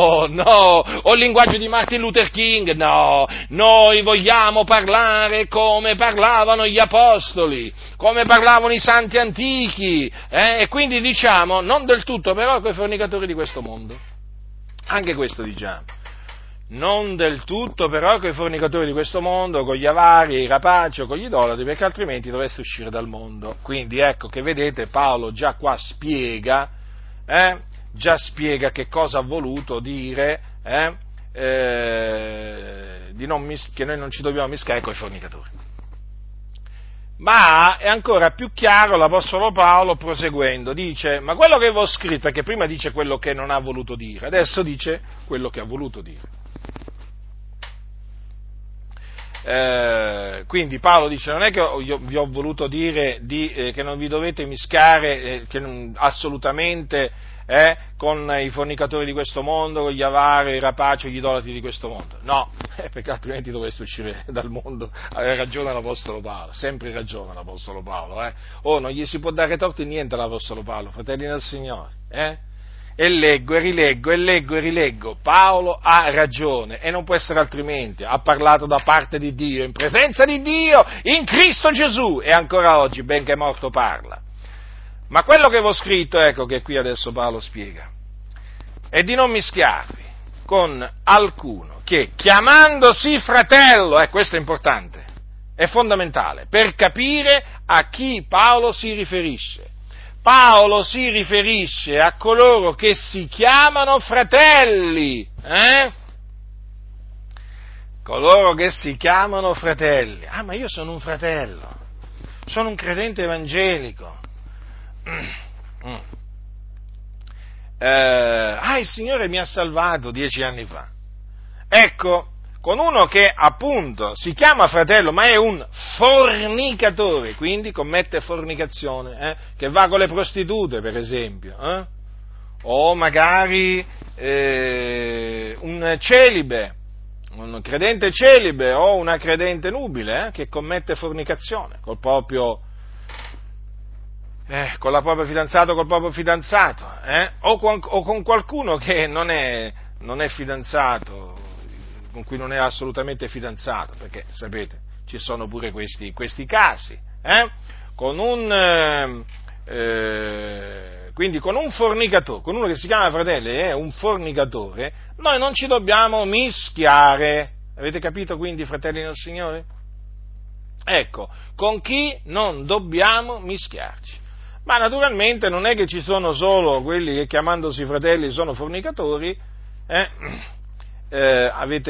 o il linguaggio di Martin Luther King, no, noi vogliamo parlare come parlavano gli apostoli, come parlavano i santi antichi, e quindi diciamo, non del tutto però coi fornicatori di questo mondo, anche questo diciamo, non del tutto però coi fornicatori di questo mondo, con gli avari, i rapaci o con gli idolatri, perché altrimenti dovreste uscire dal mondo. Quindi ecco che vedete Paolo già qua spiega che cosa ha voluto dire, che noi non ci dobbiamo mischiare coi fornicatori. Ma è ancora più chiaro l'Apostolo Paolo proseguendo, dice, ma quello che avevo scritto, perché prima dice quello che non ha voluto dire, adesso dice quello che ha voluto dire. Quindi Paolo dice, non è che vi ho voluto dire che non vi dovete mischiare assolutamente con i fornicatori di questo mondo, con gli avari, i rapaci, gli idolatri di questo mondo. No, perché altrimenti dovreste uscire dal mondo. Aveva ragione l'Apostolo Paolo, sempre ragione l'Apostolo Paolo. Non gli si può dare torto in niente all'Apostolo Paolo, fratelli del Signore. E leggo e rileggo, Paolo ha ragione e non può essere altrimenti, ha parlato da parte di Dio, in presenza di Dio, in Cristo Gesù, e ancora oggi, benché morto, parla. Ma quello che avevo scritto, ecco che qui adesso Paolo spiega, è di non mischiarvi con alcuno che, chiamandosi fratello, questo è importante, è fondamentale, per capire a chi Paolo si riferisce. Paolo si riferisce a coloro che si chiamano fratelli, Coloro che si chiamano fratelli. Ah, ma io sono un fratello, sono un credente evangelico. Il Signore mi ha salvato 10 anni fa. Ecco, con uno che appunto si chiama fratello ma è un fornicatore, quindi commette fornicazione, che va con le prostitute per esempio, o magari un celibe, un credente celibe o una credente nubile che commette fornicazione con la propria fidanzata o col proprio fidanzato, o con qualcuno che non è fidanzato, con cui non è assolutamente fidanzato, perché sapete, ci sono pure questi casi, quindi con un fornicatore, con uno che si chiama fratello è un fornicatore, noi non ci dobbiamo mischiare, avete capito quindi, fratelli del Signore? Ecco, con chi non dobbiamo mischiarci. Ma naturalmente non è che ci sono solo quelli che chiamandosi fratelli sono fornicatori,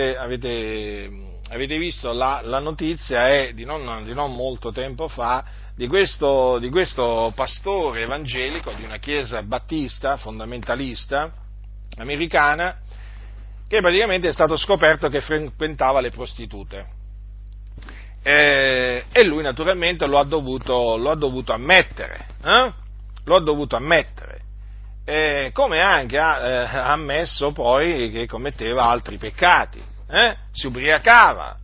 avete visto la notizia di non molto tempo fa di questo pastore evangelico di una chiesa battista, fondamentalista, americana, che praticamente è stato scoperto che frequentava le prostitute. E lui naturalmente lo ha dovuto ammettere, Lo ha dovuto ammettere. Come anche ha ammesso poi che commetteva altri peccati, si ubriacava,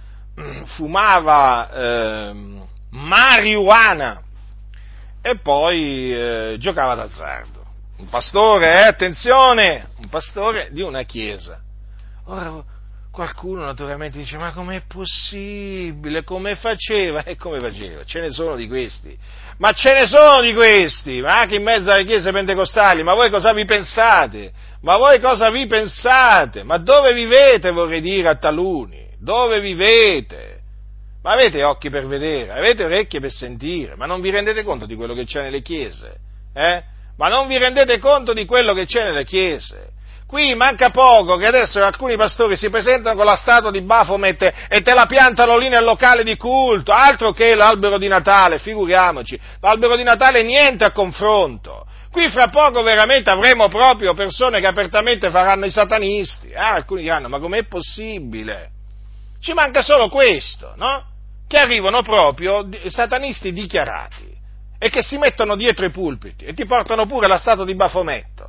fumava marijuana e poi giocava d'azzardo. Un pastore, attenzione, un pastore di una chiesa. Ora qualcuno naturalmente dice: ma com'è possibile? Come faceva? E come faceva? Ce ne sono di questi. Ma ce ne sono di questi, ma anche in mezzo alle chiese pentecostali. Ma voi cosa vi pensate? Ma voi cosa vi pensate? Ma dove vivete, vorrei dire a taluni? Dove vivete? Ma avete occhi per vedere, avete orecchie per sentire, ma non vi rendete conto di quello che c'è nelle chiese? Ma non vi rendete conto di quello che c'è nelle chiese? Qui manca poco che adesso alcuni pastori si presentano con la statua di Baphomet e te la piantano lì nel locale di culto, altro che l'albero di Natale, figuriamoci, l'albero di Natale niente a confronto. Qui fra poco veramente avremo proprio persone che apertamente faranno i satanisti, alcuni diranno: ma com'è possibile? Ci manca solo questo, no? Che arrivano proprio satanisti dichiarati e che si mettono dietro i pulpiti e ti portano pure la statua di Baphomet,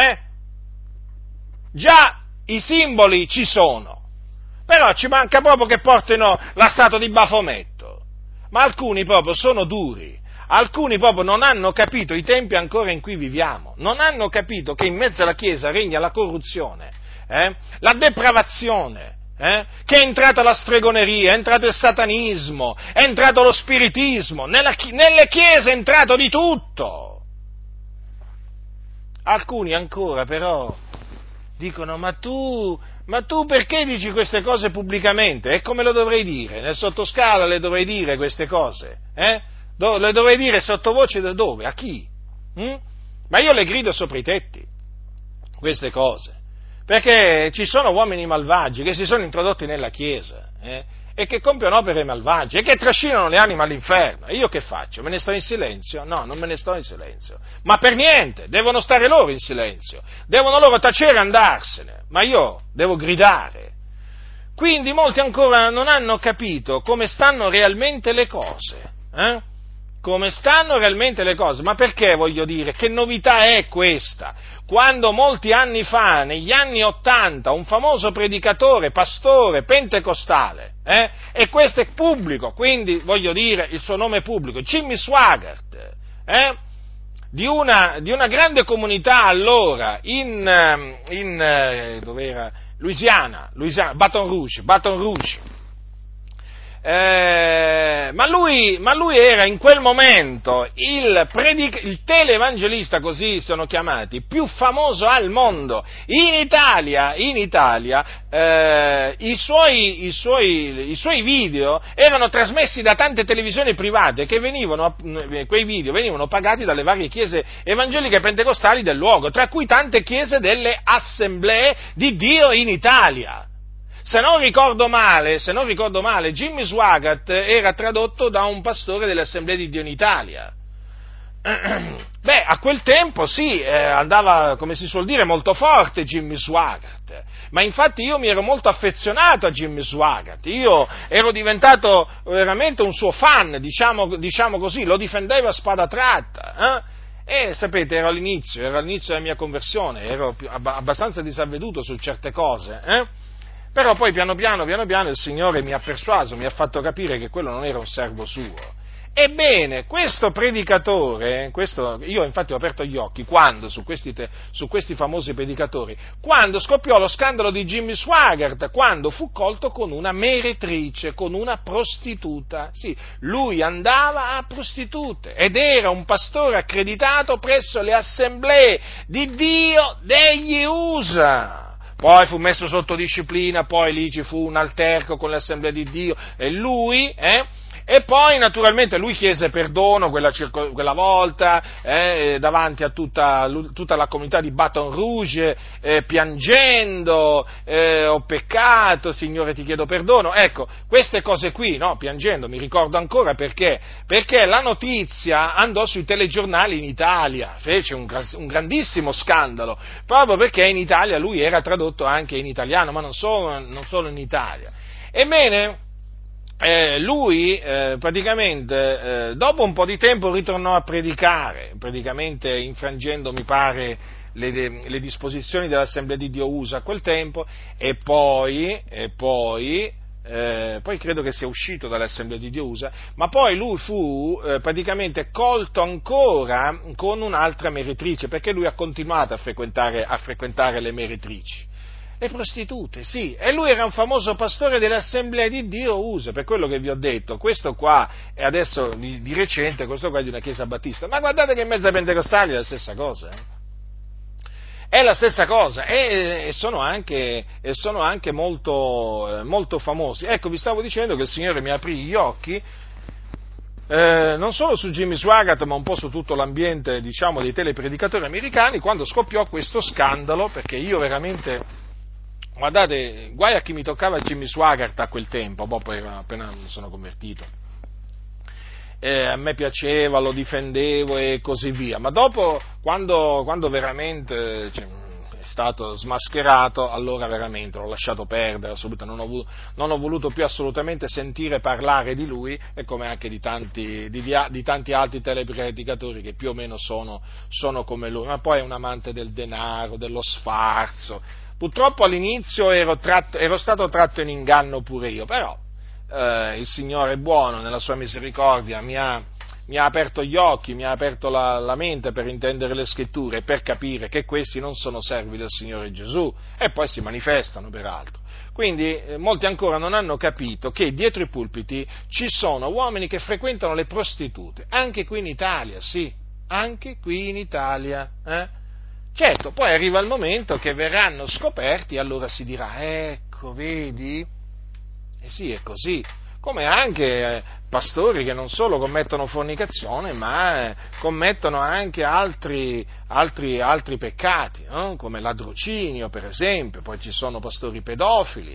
Già i simboli ci sono, però ci manca proprio che portino la statua di Baphomet. Ma alcuni proprio sono duri, alcuni proprio non hanno capito i tempi ancora in cui viviamo, non hanno capito che in mezzo alla Chiesa regna la corruzione, la depravazione, che è entrata la stregoneria, è entrato il satanismo, è entrato lo spiritismo, nelle chiese è entrato di tutto. Alcuni ancora però dicono: ma tu perché dici queste cose pubblicamente? E come lo dovrei dire? Nel sottoscala le dovrei dire queste cose? Le dovrei dire sottovoce da dove? A chi? Ma io le grido sopra i tetti queste cose, perché ci sono uomini malvagi che si sono introdotti nella Chiesa e che compiono opere malvagie e che trascinano le anime all'inferno. E io che faccio? Me ne sto in silenzio? No, non me ne sto in silenzio. Ma per niente, devono stare loro in silenzio, devono loro tacere e andarsene, ma io devo gridare. Quindi molti ancora non hanno capito come stanno realmente le cose, come stanno realmente le cose. Ma perché, voglio dire, che novità è questa? Quando molti anni fa, negli anni '80, un famoso predicatore, pastore, pentecostale, e questo è pubblico, quindi voglio dire il suo nome è pubblico, Jimmy Swaggart, di una grande comunità allora dov'era? Louisiana, Baton Rouge. Ma lui era in quel momento il televangelista, così sono chiamati, più famoso al mondo. In Italia i suoi video erano trasmessi da tante televisioni private che quei video venivano pagati dalle varie chiese evangeliche pentecostali del luogo, tra cui tante chiese delle Assemblee di Dio in Italia. Se non ricordo male, Jimmy Swaggart era tradotto da un pastore delle Assemblee di Dio in Italia. Beh, a quel tempo sì, andava, come si suol dire, molto forte Jimmy Swaggart, ma infatti io mi ero molto affezionato a Jimmy Swaggart, io ero diventato veramente un suo fan, diciamo così, lo difendevo a spada tratta, E sapete, ero all'inizio della mia conversione, ero abbastanza disavveduto su certe cose, Però poi piano piano il Signore mi ha persuaso, mi ha fatto capire che quello non era un servo suo. Ebbene, questo predicatore, io infatti ho aperto gli occhi quando, su questi famosi predicatori, quando scoppiò lo scandalo di Jimmy Swaggart, quando fu colto con una meretrice, con una prostituta. Sì, lui andava a prostitute ed era un pastore accreditato presso le Assemblee di Dio degli USA. Poi fu messo sotto disciplina, poi lì ci fu un alterco con l'Assemblea di Dio e lui E poi naturalmente lui chiese perdono quella volta davanti a tutta la comunità di Baton Rouge, piangendo, ho peccato, Signore ti chiedo perdono. Ecco, queste cose qui, no, piangendo, mi ricordo ancora perché la notizia andò sui telegiornali in Italia, fece un grandissimo scandalo, proprio perché in Italia lui era tradotto anche in italiano, ma non solo in Italia. Ebbene, lui praticamente dopo un po' di tempo ritornò a predicare, praticamente infrangendo, mi pare, le disposizioni dell'Assemblea di Dio USA a quel tempo, e poi credo che sia uscito dall'Assemblea di Dio USA, ma poi lui fu praticamente colto ancora con un'altra meretrice, perché lui ha continuato a frequentare le meretrici. Le prostitute, sì, e lui era un famoso pastore dell'Assemblea di Dio USA, per quello che vi ho detto, questo qua è adesso di recente, questo qua è di una chiesa battista, ma guardate che in mezzo ai pentecostali è la stessa cosa, È la stessa cosa, e sono anche molto famosi. Ecco, vi stavo dicendo che il Signore mi aprì gli occhi, non solo su Jimmy Swaggart, ma un po' su tutto l'ambiente, diciamo, dei telepredicatori americani, quando scoppiò questo scandalo, perché io veramente... Guardate, guai a chi mi toccava Jimmy Swaggart a quel tempo, poi appena mi sono convertito. A me piaceva, lo difendevo e così via, ma dopo, quando veramente è stato smascherato, allora veramente l'ho lasciato perdere, assolutamente, non ho voluto più assolutamente sentire parlare di lui, e come anche di tanti altri telepredicatori che più o meno sono come lui, ma poi è un amante del denaro, dello sfarzo. Purtroppo all'inizio ero stato tratto in inganno pure io, però il Signore è buono, nella sua misericordia mi ha aperto gli occhi, mi ha aperto la mente per intendere le Scritture e per capire che questi non sono servi del Signore Gesù, e poi si manifestano peraltro. Quindi molti ancora non hanno capito che dietro i pulpiti ci sono uomini che frequentano le prostitute, anche qui in Italia, sì, anche qui in Italia, Certo, poi arriva il momento che verranno scoperti e allora si dirà, ecco, vedi? Sì, è così. Come anche pastori che non solo commettono fornicazione, ma commettono anche altri peccati, come ladrocinio, per esempio. Poi ci sono pastori pedofili,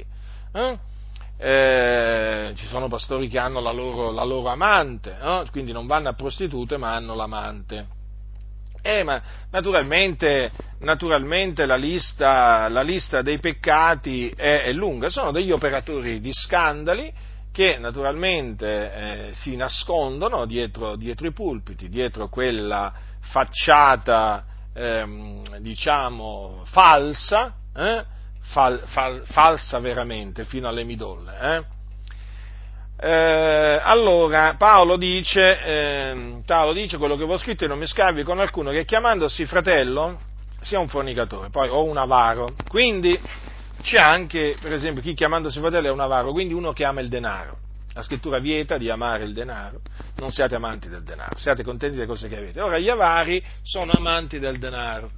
ci sono pastori che hanno la loro amante, quindi non vanno a prostitute ma hanno l'amante. Ma naturalmente la lista dei peccati è lunga, sono degli operatori di scandali che naturalmente si nascondono dietro i pulpiti, dietro quella facciata diciamo falsa, falsa veramente fino alle midolle. Allora Paolo dice quello che avevo scritto, e non mi scavi con alcuno che chiamandosi fratello sia un fornicatore, poi o un avaro. Quindi c'è anche, per esempio, chi chiamandosi fratello è un avaro, quindi uno che ama il denaro. La scrittura vieta di amare il denaro, non siate amanti del denaro, siate contenti delle cose che avete. Ora gli avari sono amanti del denaro.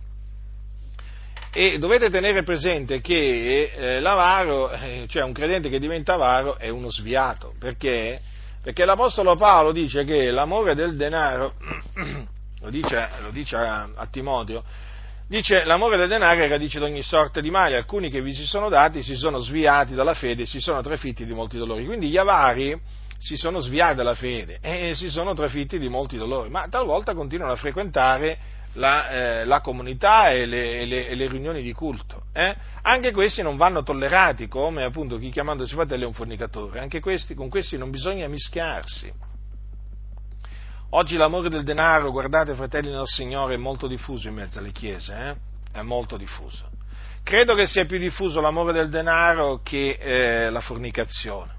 E dovete tenere presente che l'avaro, cioè un credente che diventa avaro, è uno sviato. Perché? Perché l'Apostolo Paolo dice che l'amore del denaro, lo dice a Timoteo, dice l'amore del denaro è radice di ogni sorta di male, alcuni che vi si sono dati si sono sviati dalla fede e si sono trafitti di molti dolori. Quindi gli avari si sono sviati dalla fede e si sono trafitti di molti dolori, ma talvolta continuano a frequentare la comunità e le riunioni di culto. Anche questi non vanno tollerati, come appunto chi chiamandosi fratello è un fornicatore. Anche con questi non bisogna mischiarsi. Oggi l'amore del denaro, guardate fratelli nel Signore, è molto diffuso in mezzo alle chiese, è molto diffuso. Credo che sia più diffuso l'amore del denaro che la fornicazione.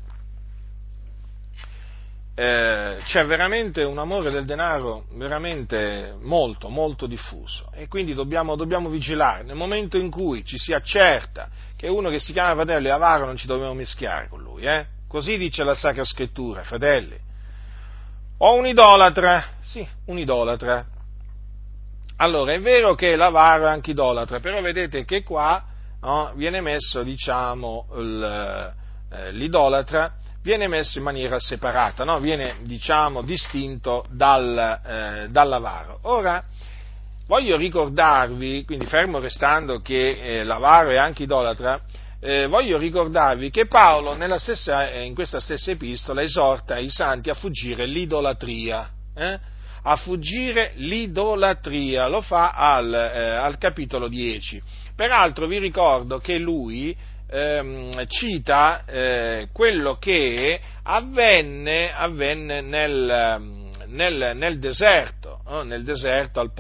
C'è veramente un amore del denaro veramente molto, molto diffuso, e quindi dobbiamo vigilare. Nel momento in cui ci si accerta che uno che si chiama fratello è avaro, non ci dobbiamo mischiare con lui, Così dice la Sacra Scrittura, fratelli. O un idolatra, sì, un idolatra. Allora, è vero che l'avaro è anche idolatra, però vedete che qua viene messo, diciamo, l'idolatra viene messo in maniera separata, no? Viene, diciamo, distinto dall'avaro. Ora, voglio ricordarvi, quindi fermo restando che l'avaro è anche idolatra, voglio ricordarvi che Paolo in questa stessa epistola esorta i santi a fuggire l'idolatria, a fuggire l'idolatria, lo fa al capitolo 10. Peraltro vi ricordo che lui cita quello che avvenne nel deserto al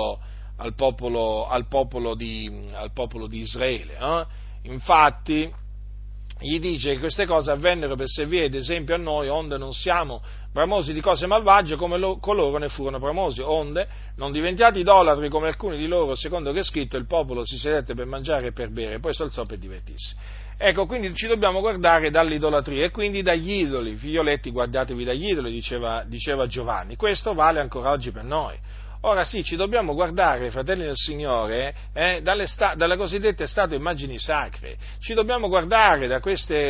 popolo di Israele. Infatti gli dice che queste cose avvennero per servire ad esempio a noi, onde non siamo bramosi di cose malvagie come coloro ne furono bramosi, onde non diventiate idolatri come alcuni di loro, secondo che è scritto, il popolo si sedette per mangiare e per bere, e poi si alzò per divertirsi. Ecco, quindi ci dobbiamo guardare dall'idolatria e quindi dagli idoli. Figlioletti, guardatevi dagli idoli, diceva Giovanni. Questo vale ancora oggi per noi. Ora sì, ci dobbiamo guardare, fratelli del Signore, dalle cosiddette statue immagini sacre, ci dobbiamo guardare da queste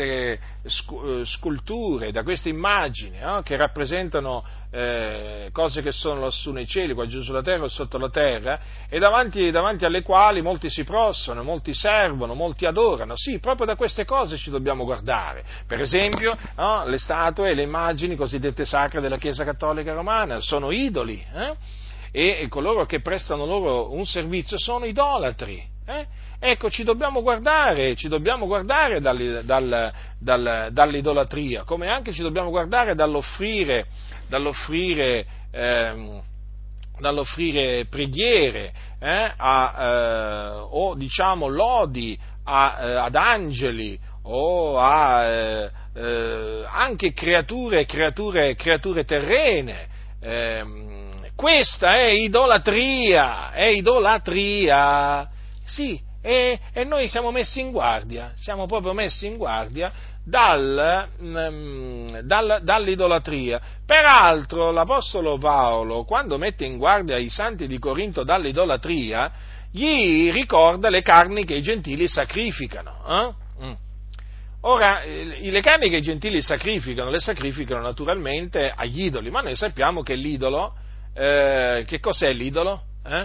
sculture, da queste immagini che rappresentano cose che sono lassù nei cieli, qua giù sulla terra o sotto la terra, e davanti alle quali molti si prostrano, molti servono, molti adorano. Sì, proprio da queste cose ci dobbiamo guardare. Per esempio, le statue e le immagini cosiddette sacre della Chiesa Cattolica Romana sono idoli, e coloro che prestano loro un servizio sono idolatri. Ecco, ci dobbiamo guardare dall'idolatria, come anche ci dobbiamo guardare dall'offrire preghiere o diciamo lodi ad angeli o anche creature terrene. Questa è idolatria. Sì, e noi siamo messi in guardia, siamo proprio messi in guardia dall'idolatria. Peraltro l'Apostolo Paolo, quando mette in guardia i santi di Corinto dall'idolatria, gli ricorda le carni che i gentili sacrificano. Ora, le carni che i gentili le sacrificano naturalmente agli idoli, ma noi sappiamo che l'idolo, che cos'è l'idolo?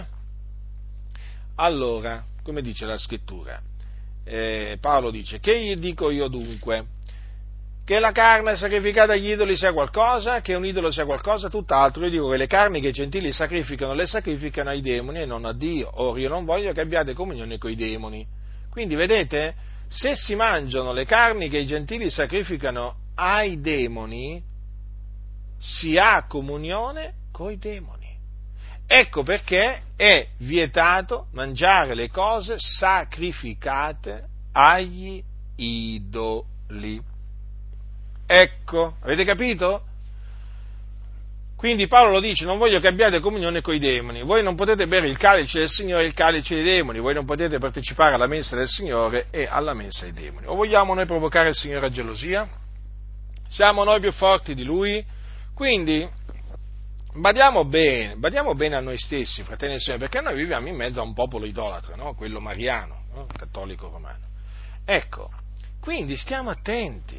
Allora, come dice la scrittura? Paolo dice, che dico io dunque? Che la carne sacrificata agli idoli sia qualcosa, che un idolo sia qualcosa, tutt'altro. Io dico che le carni che i gentili sacrificano, le sacrificano ai demoni e non a Dio. Ora, io non voglio che abbiate comunione coi demoni. Quindi, vedete, se si mangiano le carni che i gentili sacrificano ai demoni, si ha comunione coi demoni. Ecco perché è vietato mangiare le cose sacrificate agli idoli. Ecco, avete capito? Quindi Paolo lo dice, non voglio che abbiate comunione coi demoni, voi non potete bere il calice del Signore e il calice dei demoni, voi non potete partecipare alla mensa del Signore e alla mensa dei demoni. O vogliamo noi provocare il Signore a gelosia? Siamo noi più forti di Lui? Quindi badiamo bene a noi stessi, fratelli e sorelle, perché noi viviamo in mezzo a un popolo idolatra, no? Quello mariano, no? Cattolico romano. Ecco, quindi stiamo attenti.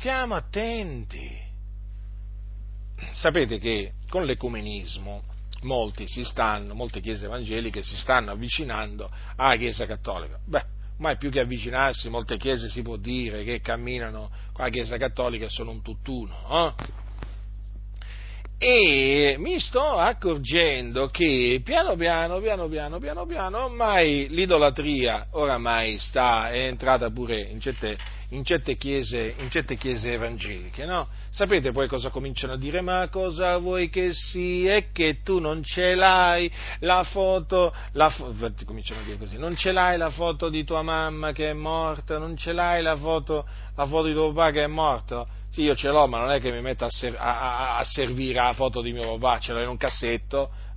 Sapete che con l'ecumenismo molte chiese evangeliche si stanno avvicinando alla Chiesa Cattolica. Ormai più che avvicinarsi, molte chiese si può dire che camminano con la Chiesa Cattolica e sono un tutt'uno. E mi sto accorgendo che piano piano, ormai l'idolatria oramai è entrata pure in certe chiese evangeliche, no? Sapete poi cosa cominciano a dire? Ma cosa vuoi che sia? È che tu non ce l'hai la foto, cominciano a dire così, non ce l'hai la foto di tua mamma che è morta, non ce l'hai la foto di tuo papà che è morto? Sì, io ce l'ho, ma non è che mi metto a servire la foto di mio papà, ce l'ho in un cassetto,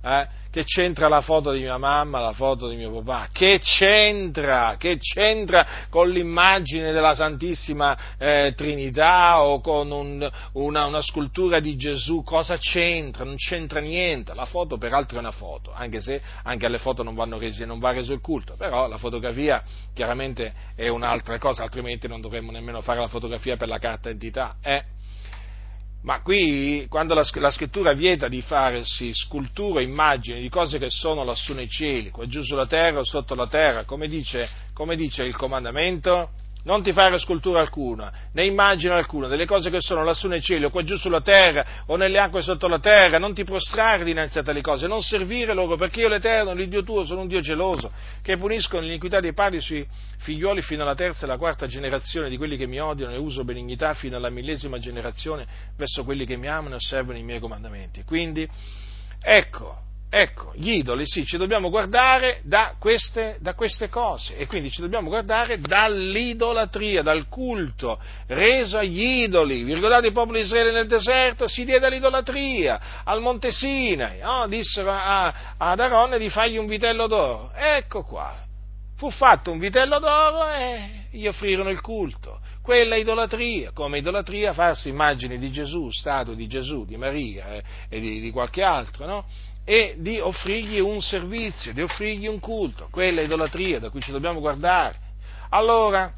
Che c'entra la foto di mia mamma, la foto di mio papà? Che c'entra con l'immagine della Santissima Trinità o con una scultura di Gesù? Cosa c'entra? Non c'entra niente. La foto peraltro è una foto, anche se anche alle foto non va reso il culto, però la fotografia chiaramente è un'altra cosa, altrimenti non dovremmo nemmeno fare la fotografia per la carta d'identità. Ma qui, quando la scrittura vieta di farsi sculture, immagini di cose che sono lassù nei cieli, qua giù sulla terra o sotto la terra, come dice il comandamento? Non ti fare scultura alcuna, né immagine alcuna, delle cose che sono lassù nei cieli o qua giù sulla terra o nelle acque sotto la terra, non ti prostrare dinanzi a tali cose, non servire loro, perché io l'Eterno, l'Iddio tuo, sono un Dio geloso, che punisco l'iniquità dei padri sui figlioli fino alla terza e alla quarta generazione di quelli che mi odiano e uso benignità fino alla 1000ª generazione verso quelli che mi amano e osservano i miei comandamenti. Quindi, ecco, gli idoli, sì, ci dobbiamo guardare da queste cose, e quindi ci dobbiamo guardare dall'idolatria, dal culto reso agli idoli. Vi ricordate il popolo di Israele nel deserto? Si diede all'idolatria, al Monte Sinai, dissero ad Aronne di fargli un vitello d'oro. Ecco qua, fu fatto un vitello d'oro e gli offrirono il culto. Quella idolatria, come idolatria farsi immagini di Gesù, statue di Gesù, di Maria e di qualche altro, no? E di offrirgli un servizio, di offrirgli un culto. Quella è idolatria da cui ci dobbiamo guardare. Allora,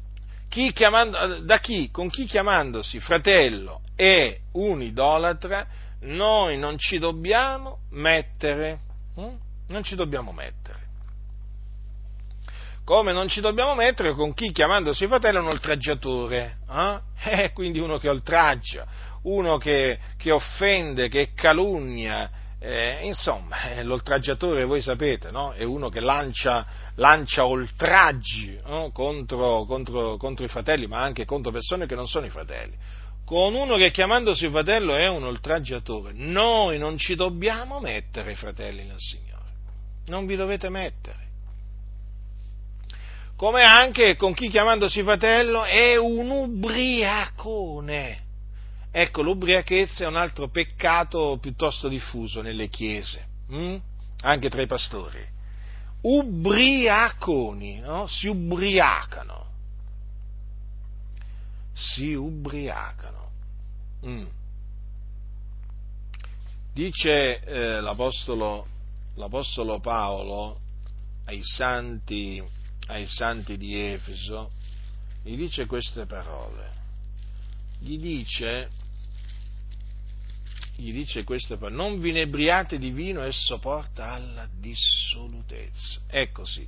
con chi chiamandosi fratello è un idolatra, noi non ci dobbiamo mettere. Non ci dobbiamo mettere. Come non ci dobbiamo mettere con chi chiamandosi fratello è un oltraggiatore, quindi uno che oltraggia, uno che offende, che calunnia. Insomma, l'oltraggiatore, voi sapete, no? È uno che lancia oltraggi, no? contro i fratelli, ma anche contro persone che non sono i fratelli. Con uno che chiamandosi fratello è un oltraggiatore, noi non ci dobbiamo mettere, fratelli nel Signore, non vi dovete mettere. Come anche con chi chiamandosi fratello è un ubriacone. Ecco, l'ubriachezza è un altro peccato piuttosto diffuso nelle chiese, anche tra i pastori. Ubriaconi, no? Si ubriacano. Dice l'Apostolo Paolo ai santi di Efeso, gli dice queste parole. Gli dice queste parole: non vi inebriate di vino, esso porta alla dissolutezza. È così.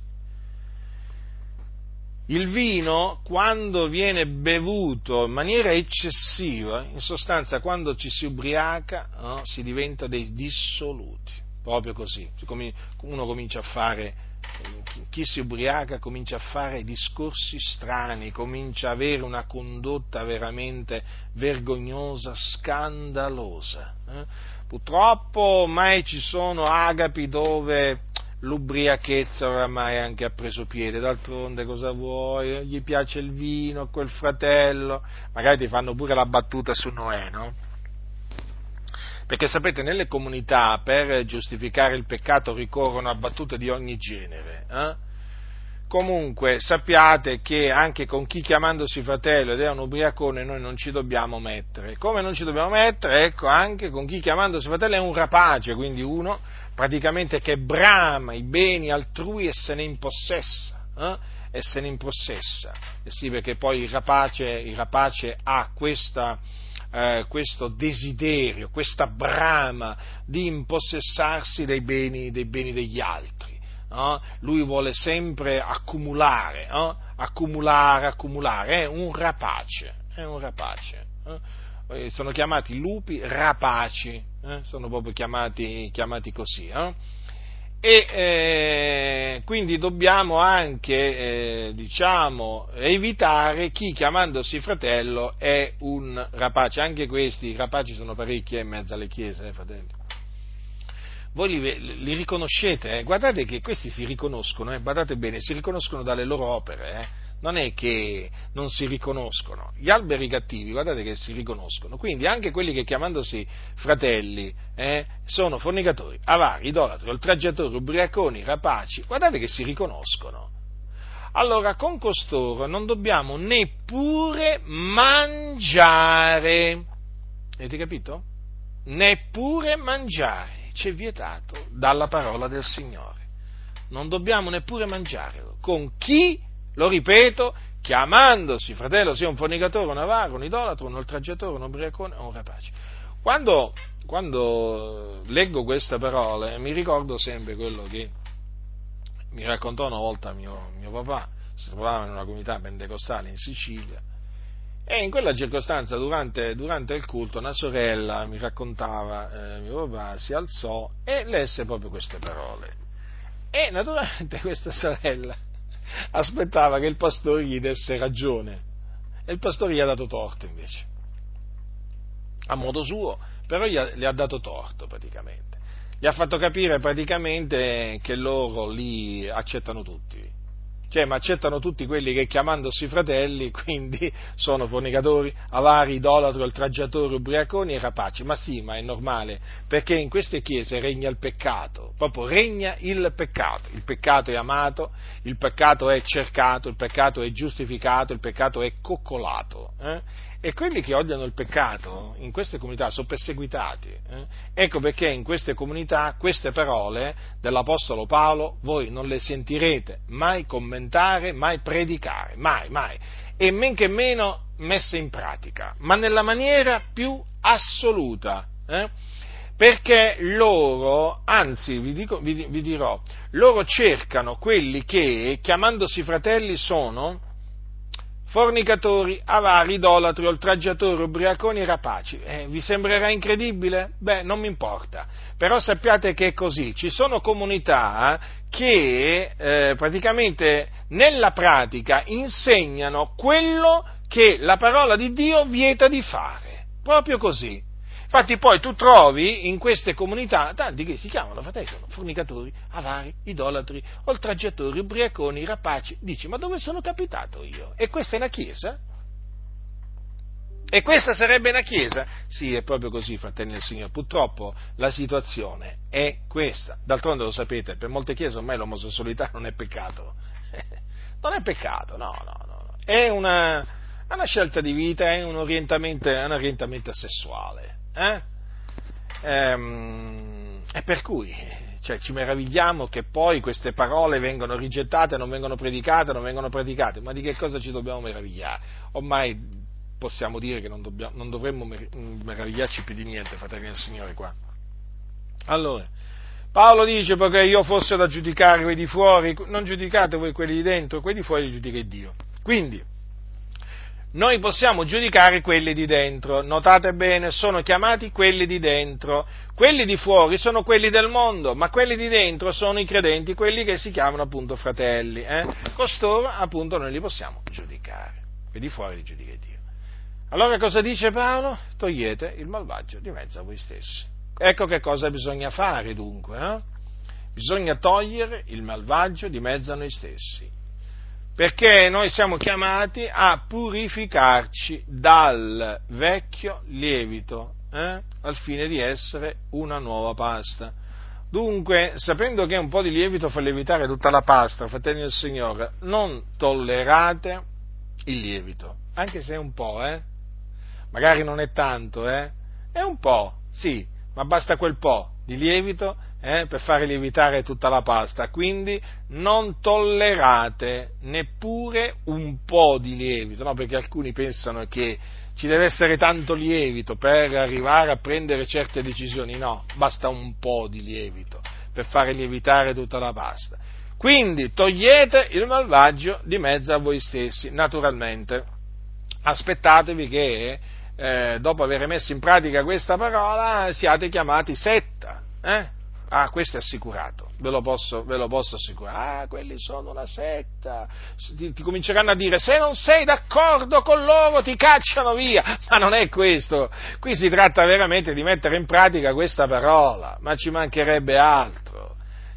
Il vino, quando viene bevuto in maniera eccessiva, in sostanza quando ci si ubriaca, no, si diventa dei dissoluti, proprio così. Uno comincia a fare, chi si ubriaca comincia a fare discorsi strani, comincia a avere una condotta veramente vergognosa, scandalosa. Purtroppo ormai ci sono agapi dove l'ubriachezza oramai anche ha preso piede, d'altronde cosa vuoi? Gli piace il vino, quel fratello, magari ti fanno pure la battuta su Noè, no? Perché sapete, nelle comunità per giustificare il peccato ricorrono a battute di ogni genere. Comunque sappiate che anche con chi chiamandosi fratello ed è un ubriacone noi non ci dobbiamo mettere. Come non ci dobbiamo mettere? Ecco, anche con chi chiamandosi fratello è un rapace, quindi uno praticamente che brama i beni altrui e se ne impossessa. E se ne impossessa. Sì, perché poi il rapace ha questo desiderio, questa brama di impossessarsi dei beni degli altri. Lui vuole sempre accumulare, è un rapace. Sono chiamati lupi rapaci, sono proprio chiamati così. E quindi dobbiamo anche, evitare chi chiamandosi fratello è un rapace. Anche questi rapaci sono parecchi in mezzo alle chiese, fratelli. Voi li riconoscete, Guardate che questi si riconoscono, badate bene, si riconoscono dalle loro opere, non è che non si riconoscono. Gli alberi cattivi, guardate che si riconoscono. Quindi anche quelli che chiamandosi fratelli sono fornicatori, avari, idolatri, oltraggiatori, ubriaconi, rapaci, guardate che si riconoscono. Allora con costoro non dobbiamo neppure mangiare. Avete capito? Neppure mangiare. C'è vietato dalla parola del Signore. Non dobbiamo neppure mangiare con chi, lo ripeto, chiamandosi fratello sia un fornicatore, un avaro, un idolatro, un oltraggiatore, un ubriacone o un rapace. Quando leggo queste parole mi ricordo sempre quello che mi raccontò una volta mio papà. Si trovava in una comunità pentecostale in Sicilia. E in quella circostanza, durante il culto, una sorella mi raccontava, mio papà si alzò e lesse proprio queste parole. E naturalmente questa sorella aspettava che il pastore gli desse ragione, e il pastore gli ha dato torto invece, a modo suo, però gli ha dato torto praticamente. Gli ha fatto capire praticamente che loro li accettano tutti. Cioè, ma accettano tutti quelli che chiamandosi fratelli, quindi sono fornicatori, avari, idolatri, oltraggiatori, ubriaconi e rapaci. Ma sì, ma è normale, perché in queste chiese regna il peccato, proprio regna il peccato. Il peccato è amato, il peccato è cercato, il peccato è giustificato, il peccato è coccolato. E quelli che odiano il peccato in queste comunità sono perseguitati. Ecco perché in queste comunità queste parole dell'Apostolo Paolo voi non le sentirete mai commentare, mai predicare, mai, e men che meno messe in pratica, ma nella maniera più assoluta. Perché loro, anzi vi dirò, loro cercano quelli che, chiamandosi fratelli, sono fornicatori, avari, idolatri, oltraggiatori, ubriaconi e rapaci. Vi sembrerà incredibile? Beh, non mi importa, però sappiate che è così. Ci sono comunità che praticamente nella pratica insegnano quello che la parola di Dio vieta di fare, proprio così. Infatti poi tu trovi in queste comunità tanti che si chiamano fratelli, sono fornicatori, avari, idolatri, oltraggiatori, ubriaconi, rapaci. Dici, ma dove sono capitato io? E questa è una chiesa? E questa sarebbe una chiesa? Sì, è proprio così, fratelli del Signore. Purtroppo la situazione è questa. D'altronde lo sapete, per molte chiese ormai l'omosessualità non è peccato. Non è peccato, no. È una scelta di vita, è un orientamento sessuale. E per cui ci meravigliamo che poi queste parole vengono rigettate, non vengono predicate, non vengono praticate. Ma di che cosa ci dobbiamo meravigliare? Ormai possiamo dire che non dovremmo meravigliarci più di niente, fratelli del Signore, qua. Allora, Paolo dice, poiché io fosse da giudicare quelli di fuori, non giudicate voi quelli di dentro, quelli di fuori giudica Dio. Quindi, noi possiamo giudicare quelli di dentro, notate bene, sono chiamati quelli di dentro, quelli di fuori sono quelli del mondo, ma quelli di dentro sono i credenti, quelli che si chiamano appunto fratelli, costoro appunto noi li possiamo giudicare, quelli di fuori li giudica Dio. Allora cosa dice Paolo? Togliete il malvagio di mezzo a voi stessi. Ecco che cosa bisogna fare dunque, Bisogna togliere il malvagio di mezzo a noi stessi. Perché noi siamo chiamati a purificarci dal vecchio lievito, al fine di essere una nuova pasta. Dunque, sapendo che un po' di lievito fa lievitare tutta la pasta, fratelli del Signore, non tollerate il lievito, anche se è un po', magari non è tanto, è un po', sì, ma basta quel po' di lievito per fare lievitare tutta la pasta, quindi non tollerate neppure un po' di lievito, no? Perché alcuni pensano che ci deve essere tanto lievito per arrivare a prendere certe decisioni, no, basta un po' di lievito per fare lievitare tutta la pasta. Quindi togliete il malvagio di mezzo a voi stessi, naturalmente aspettatevi che dopo aver messo in pratica questa parola siate chiamati setta, questo è assicurato, ve lo posso assicurare. Quelli sono una setta, ti cominceranno a dire, se non sei d'accordo con loro ti cacciano via, ma non è questo, qui si tratta veramente di mettere in pratica questa parola, ma ci mancherebbe altro.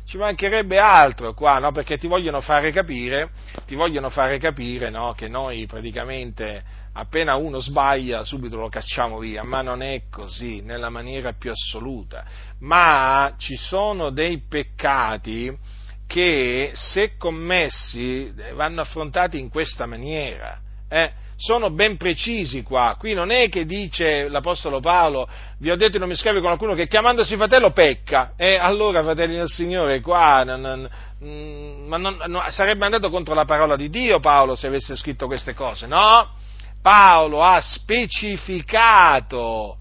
ci mancherebbe altro qua, no? Perché ti vogliono fare capire, no? Che noi praticamente appena uno sbaglia subito lo cacciamo via, ma non è così nella maniera più assoluta, ma ci sono dei peccati che se commessi vanno affrontati in questa maniera, sono ben precisi qua. Qui non è che dice l'Apostolo Paolo, vi ho detto non mi scrive con qualcuno che chiamandosi fratello pecca, e allora, fratelli del Signore, qua sarebbe andato contro la parola di Dio Paolo se avesse scritto queste cose, no? Paolo ha specificato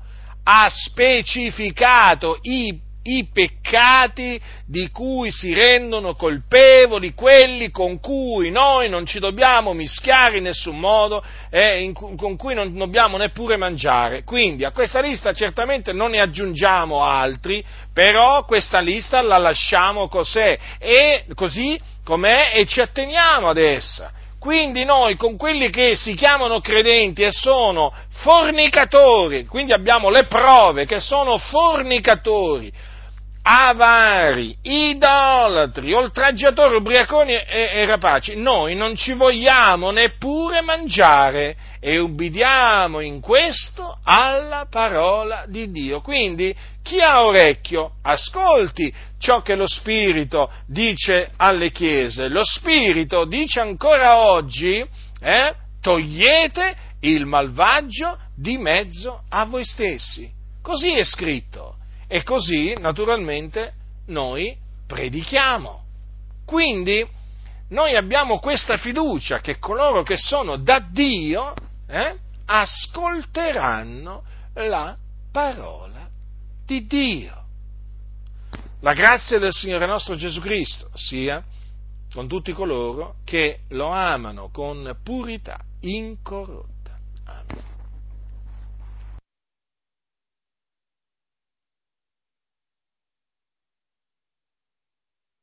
i peccati di cui si rendono colpevoli quelli con cui noi non ci dobbiamo mischiare in nessun modo, con cui non dobbiamo neppure mangiare. Quindi a questa lista certamente non ne aggiungiamo altri, però questa lista la lasciamo così com'è e ci atteniamo ad essa. Quindi noi con quelli che si chiamano credenti e sono fornicatori, quindi abbiamo le prove che sono fornicatori, avari, idolatri, oltraggiatori, ubriaconi e rapaci, noi non ci vogliamo neppure mangiare e ubbidiamo in questo alla parola di Dio. Quindi chi ha orecchio ascolti ciò che lo Spirito dice alle chiese. Lo Spirito dice ancora oggi, togliete il malvagio di mezzo a voi stessi. Così è scritto. E così, naturalmente, noi predichiamo. Quindi, noi abbiamo questa fiducia che coloro che sono da Dio, ascolteranno la parola di Dio. La grazia del Signore nostro Gesù Cristo sia con tutti coloro che lo amano con purità incorrotta.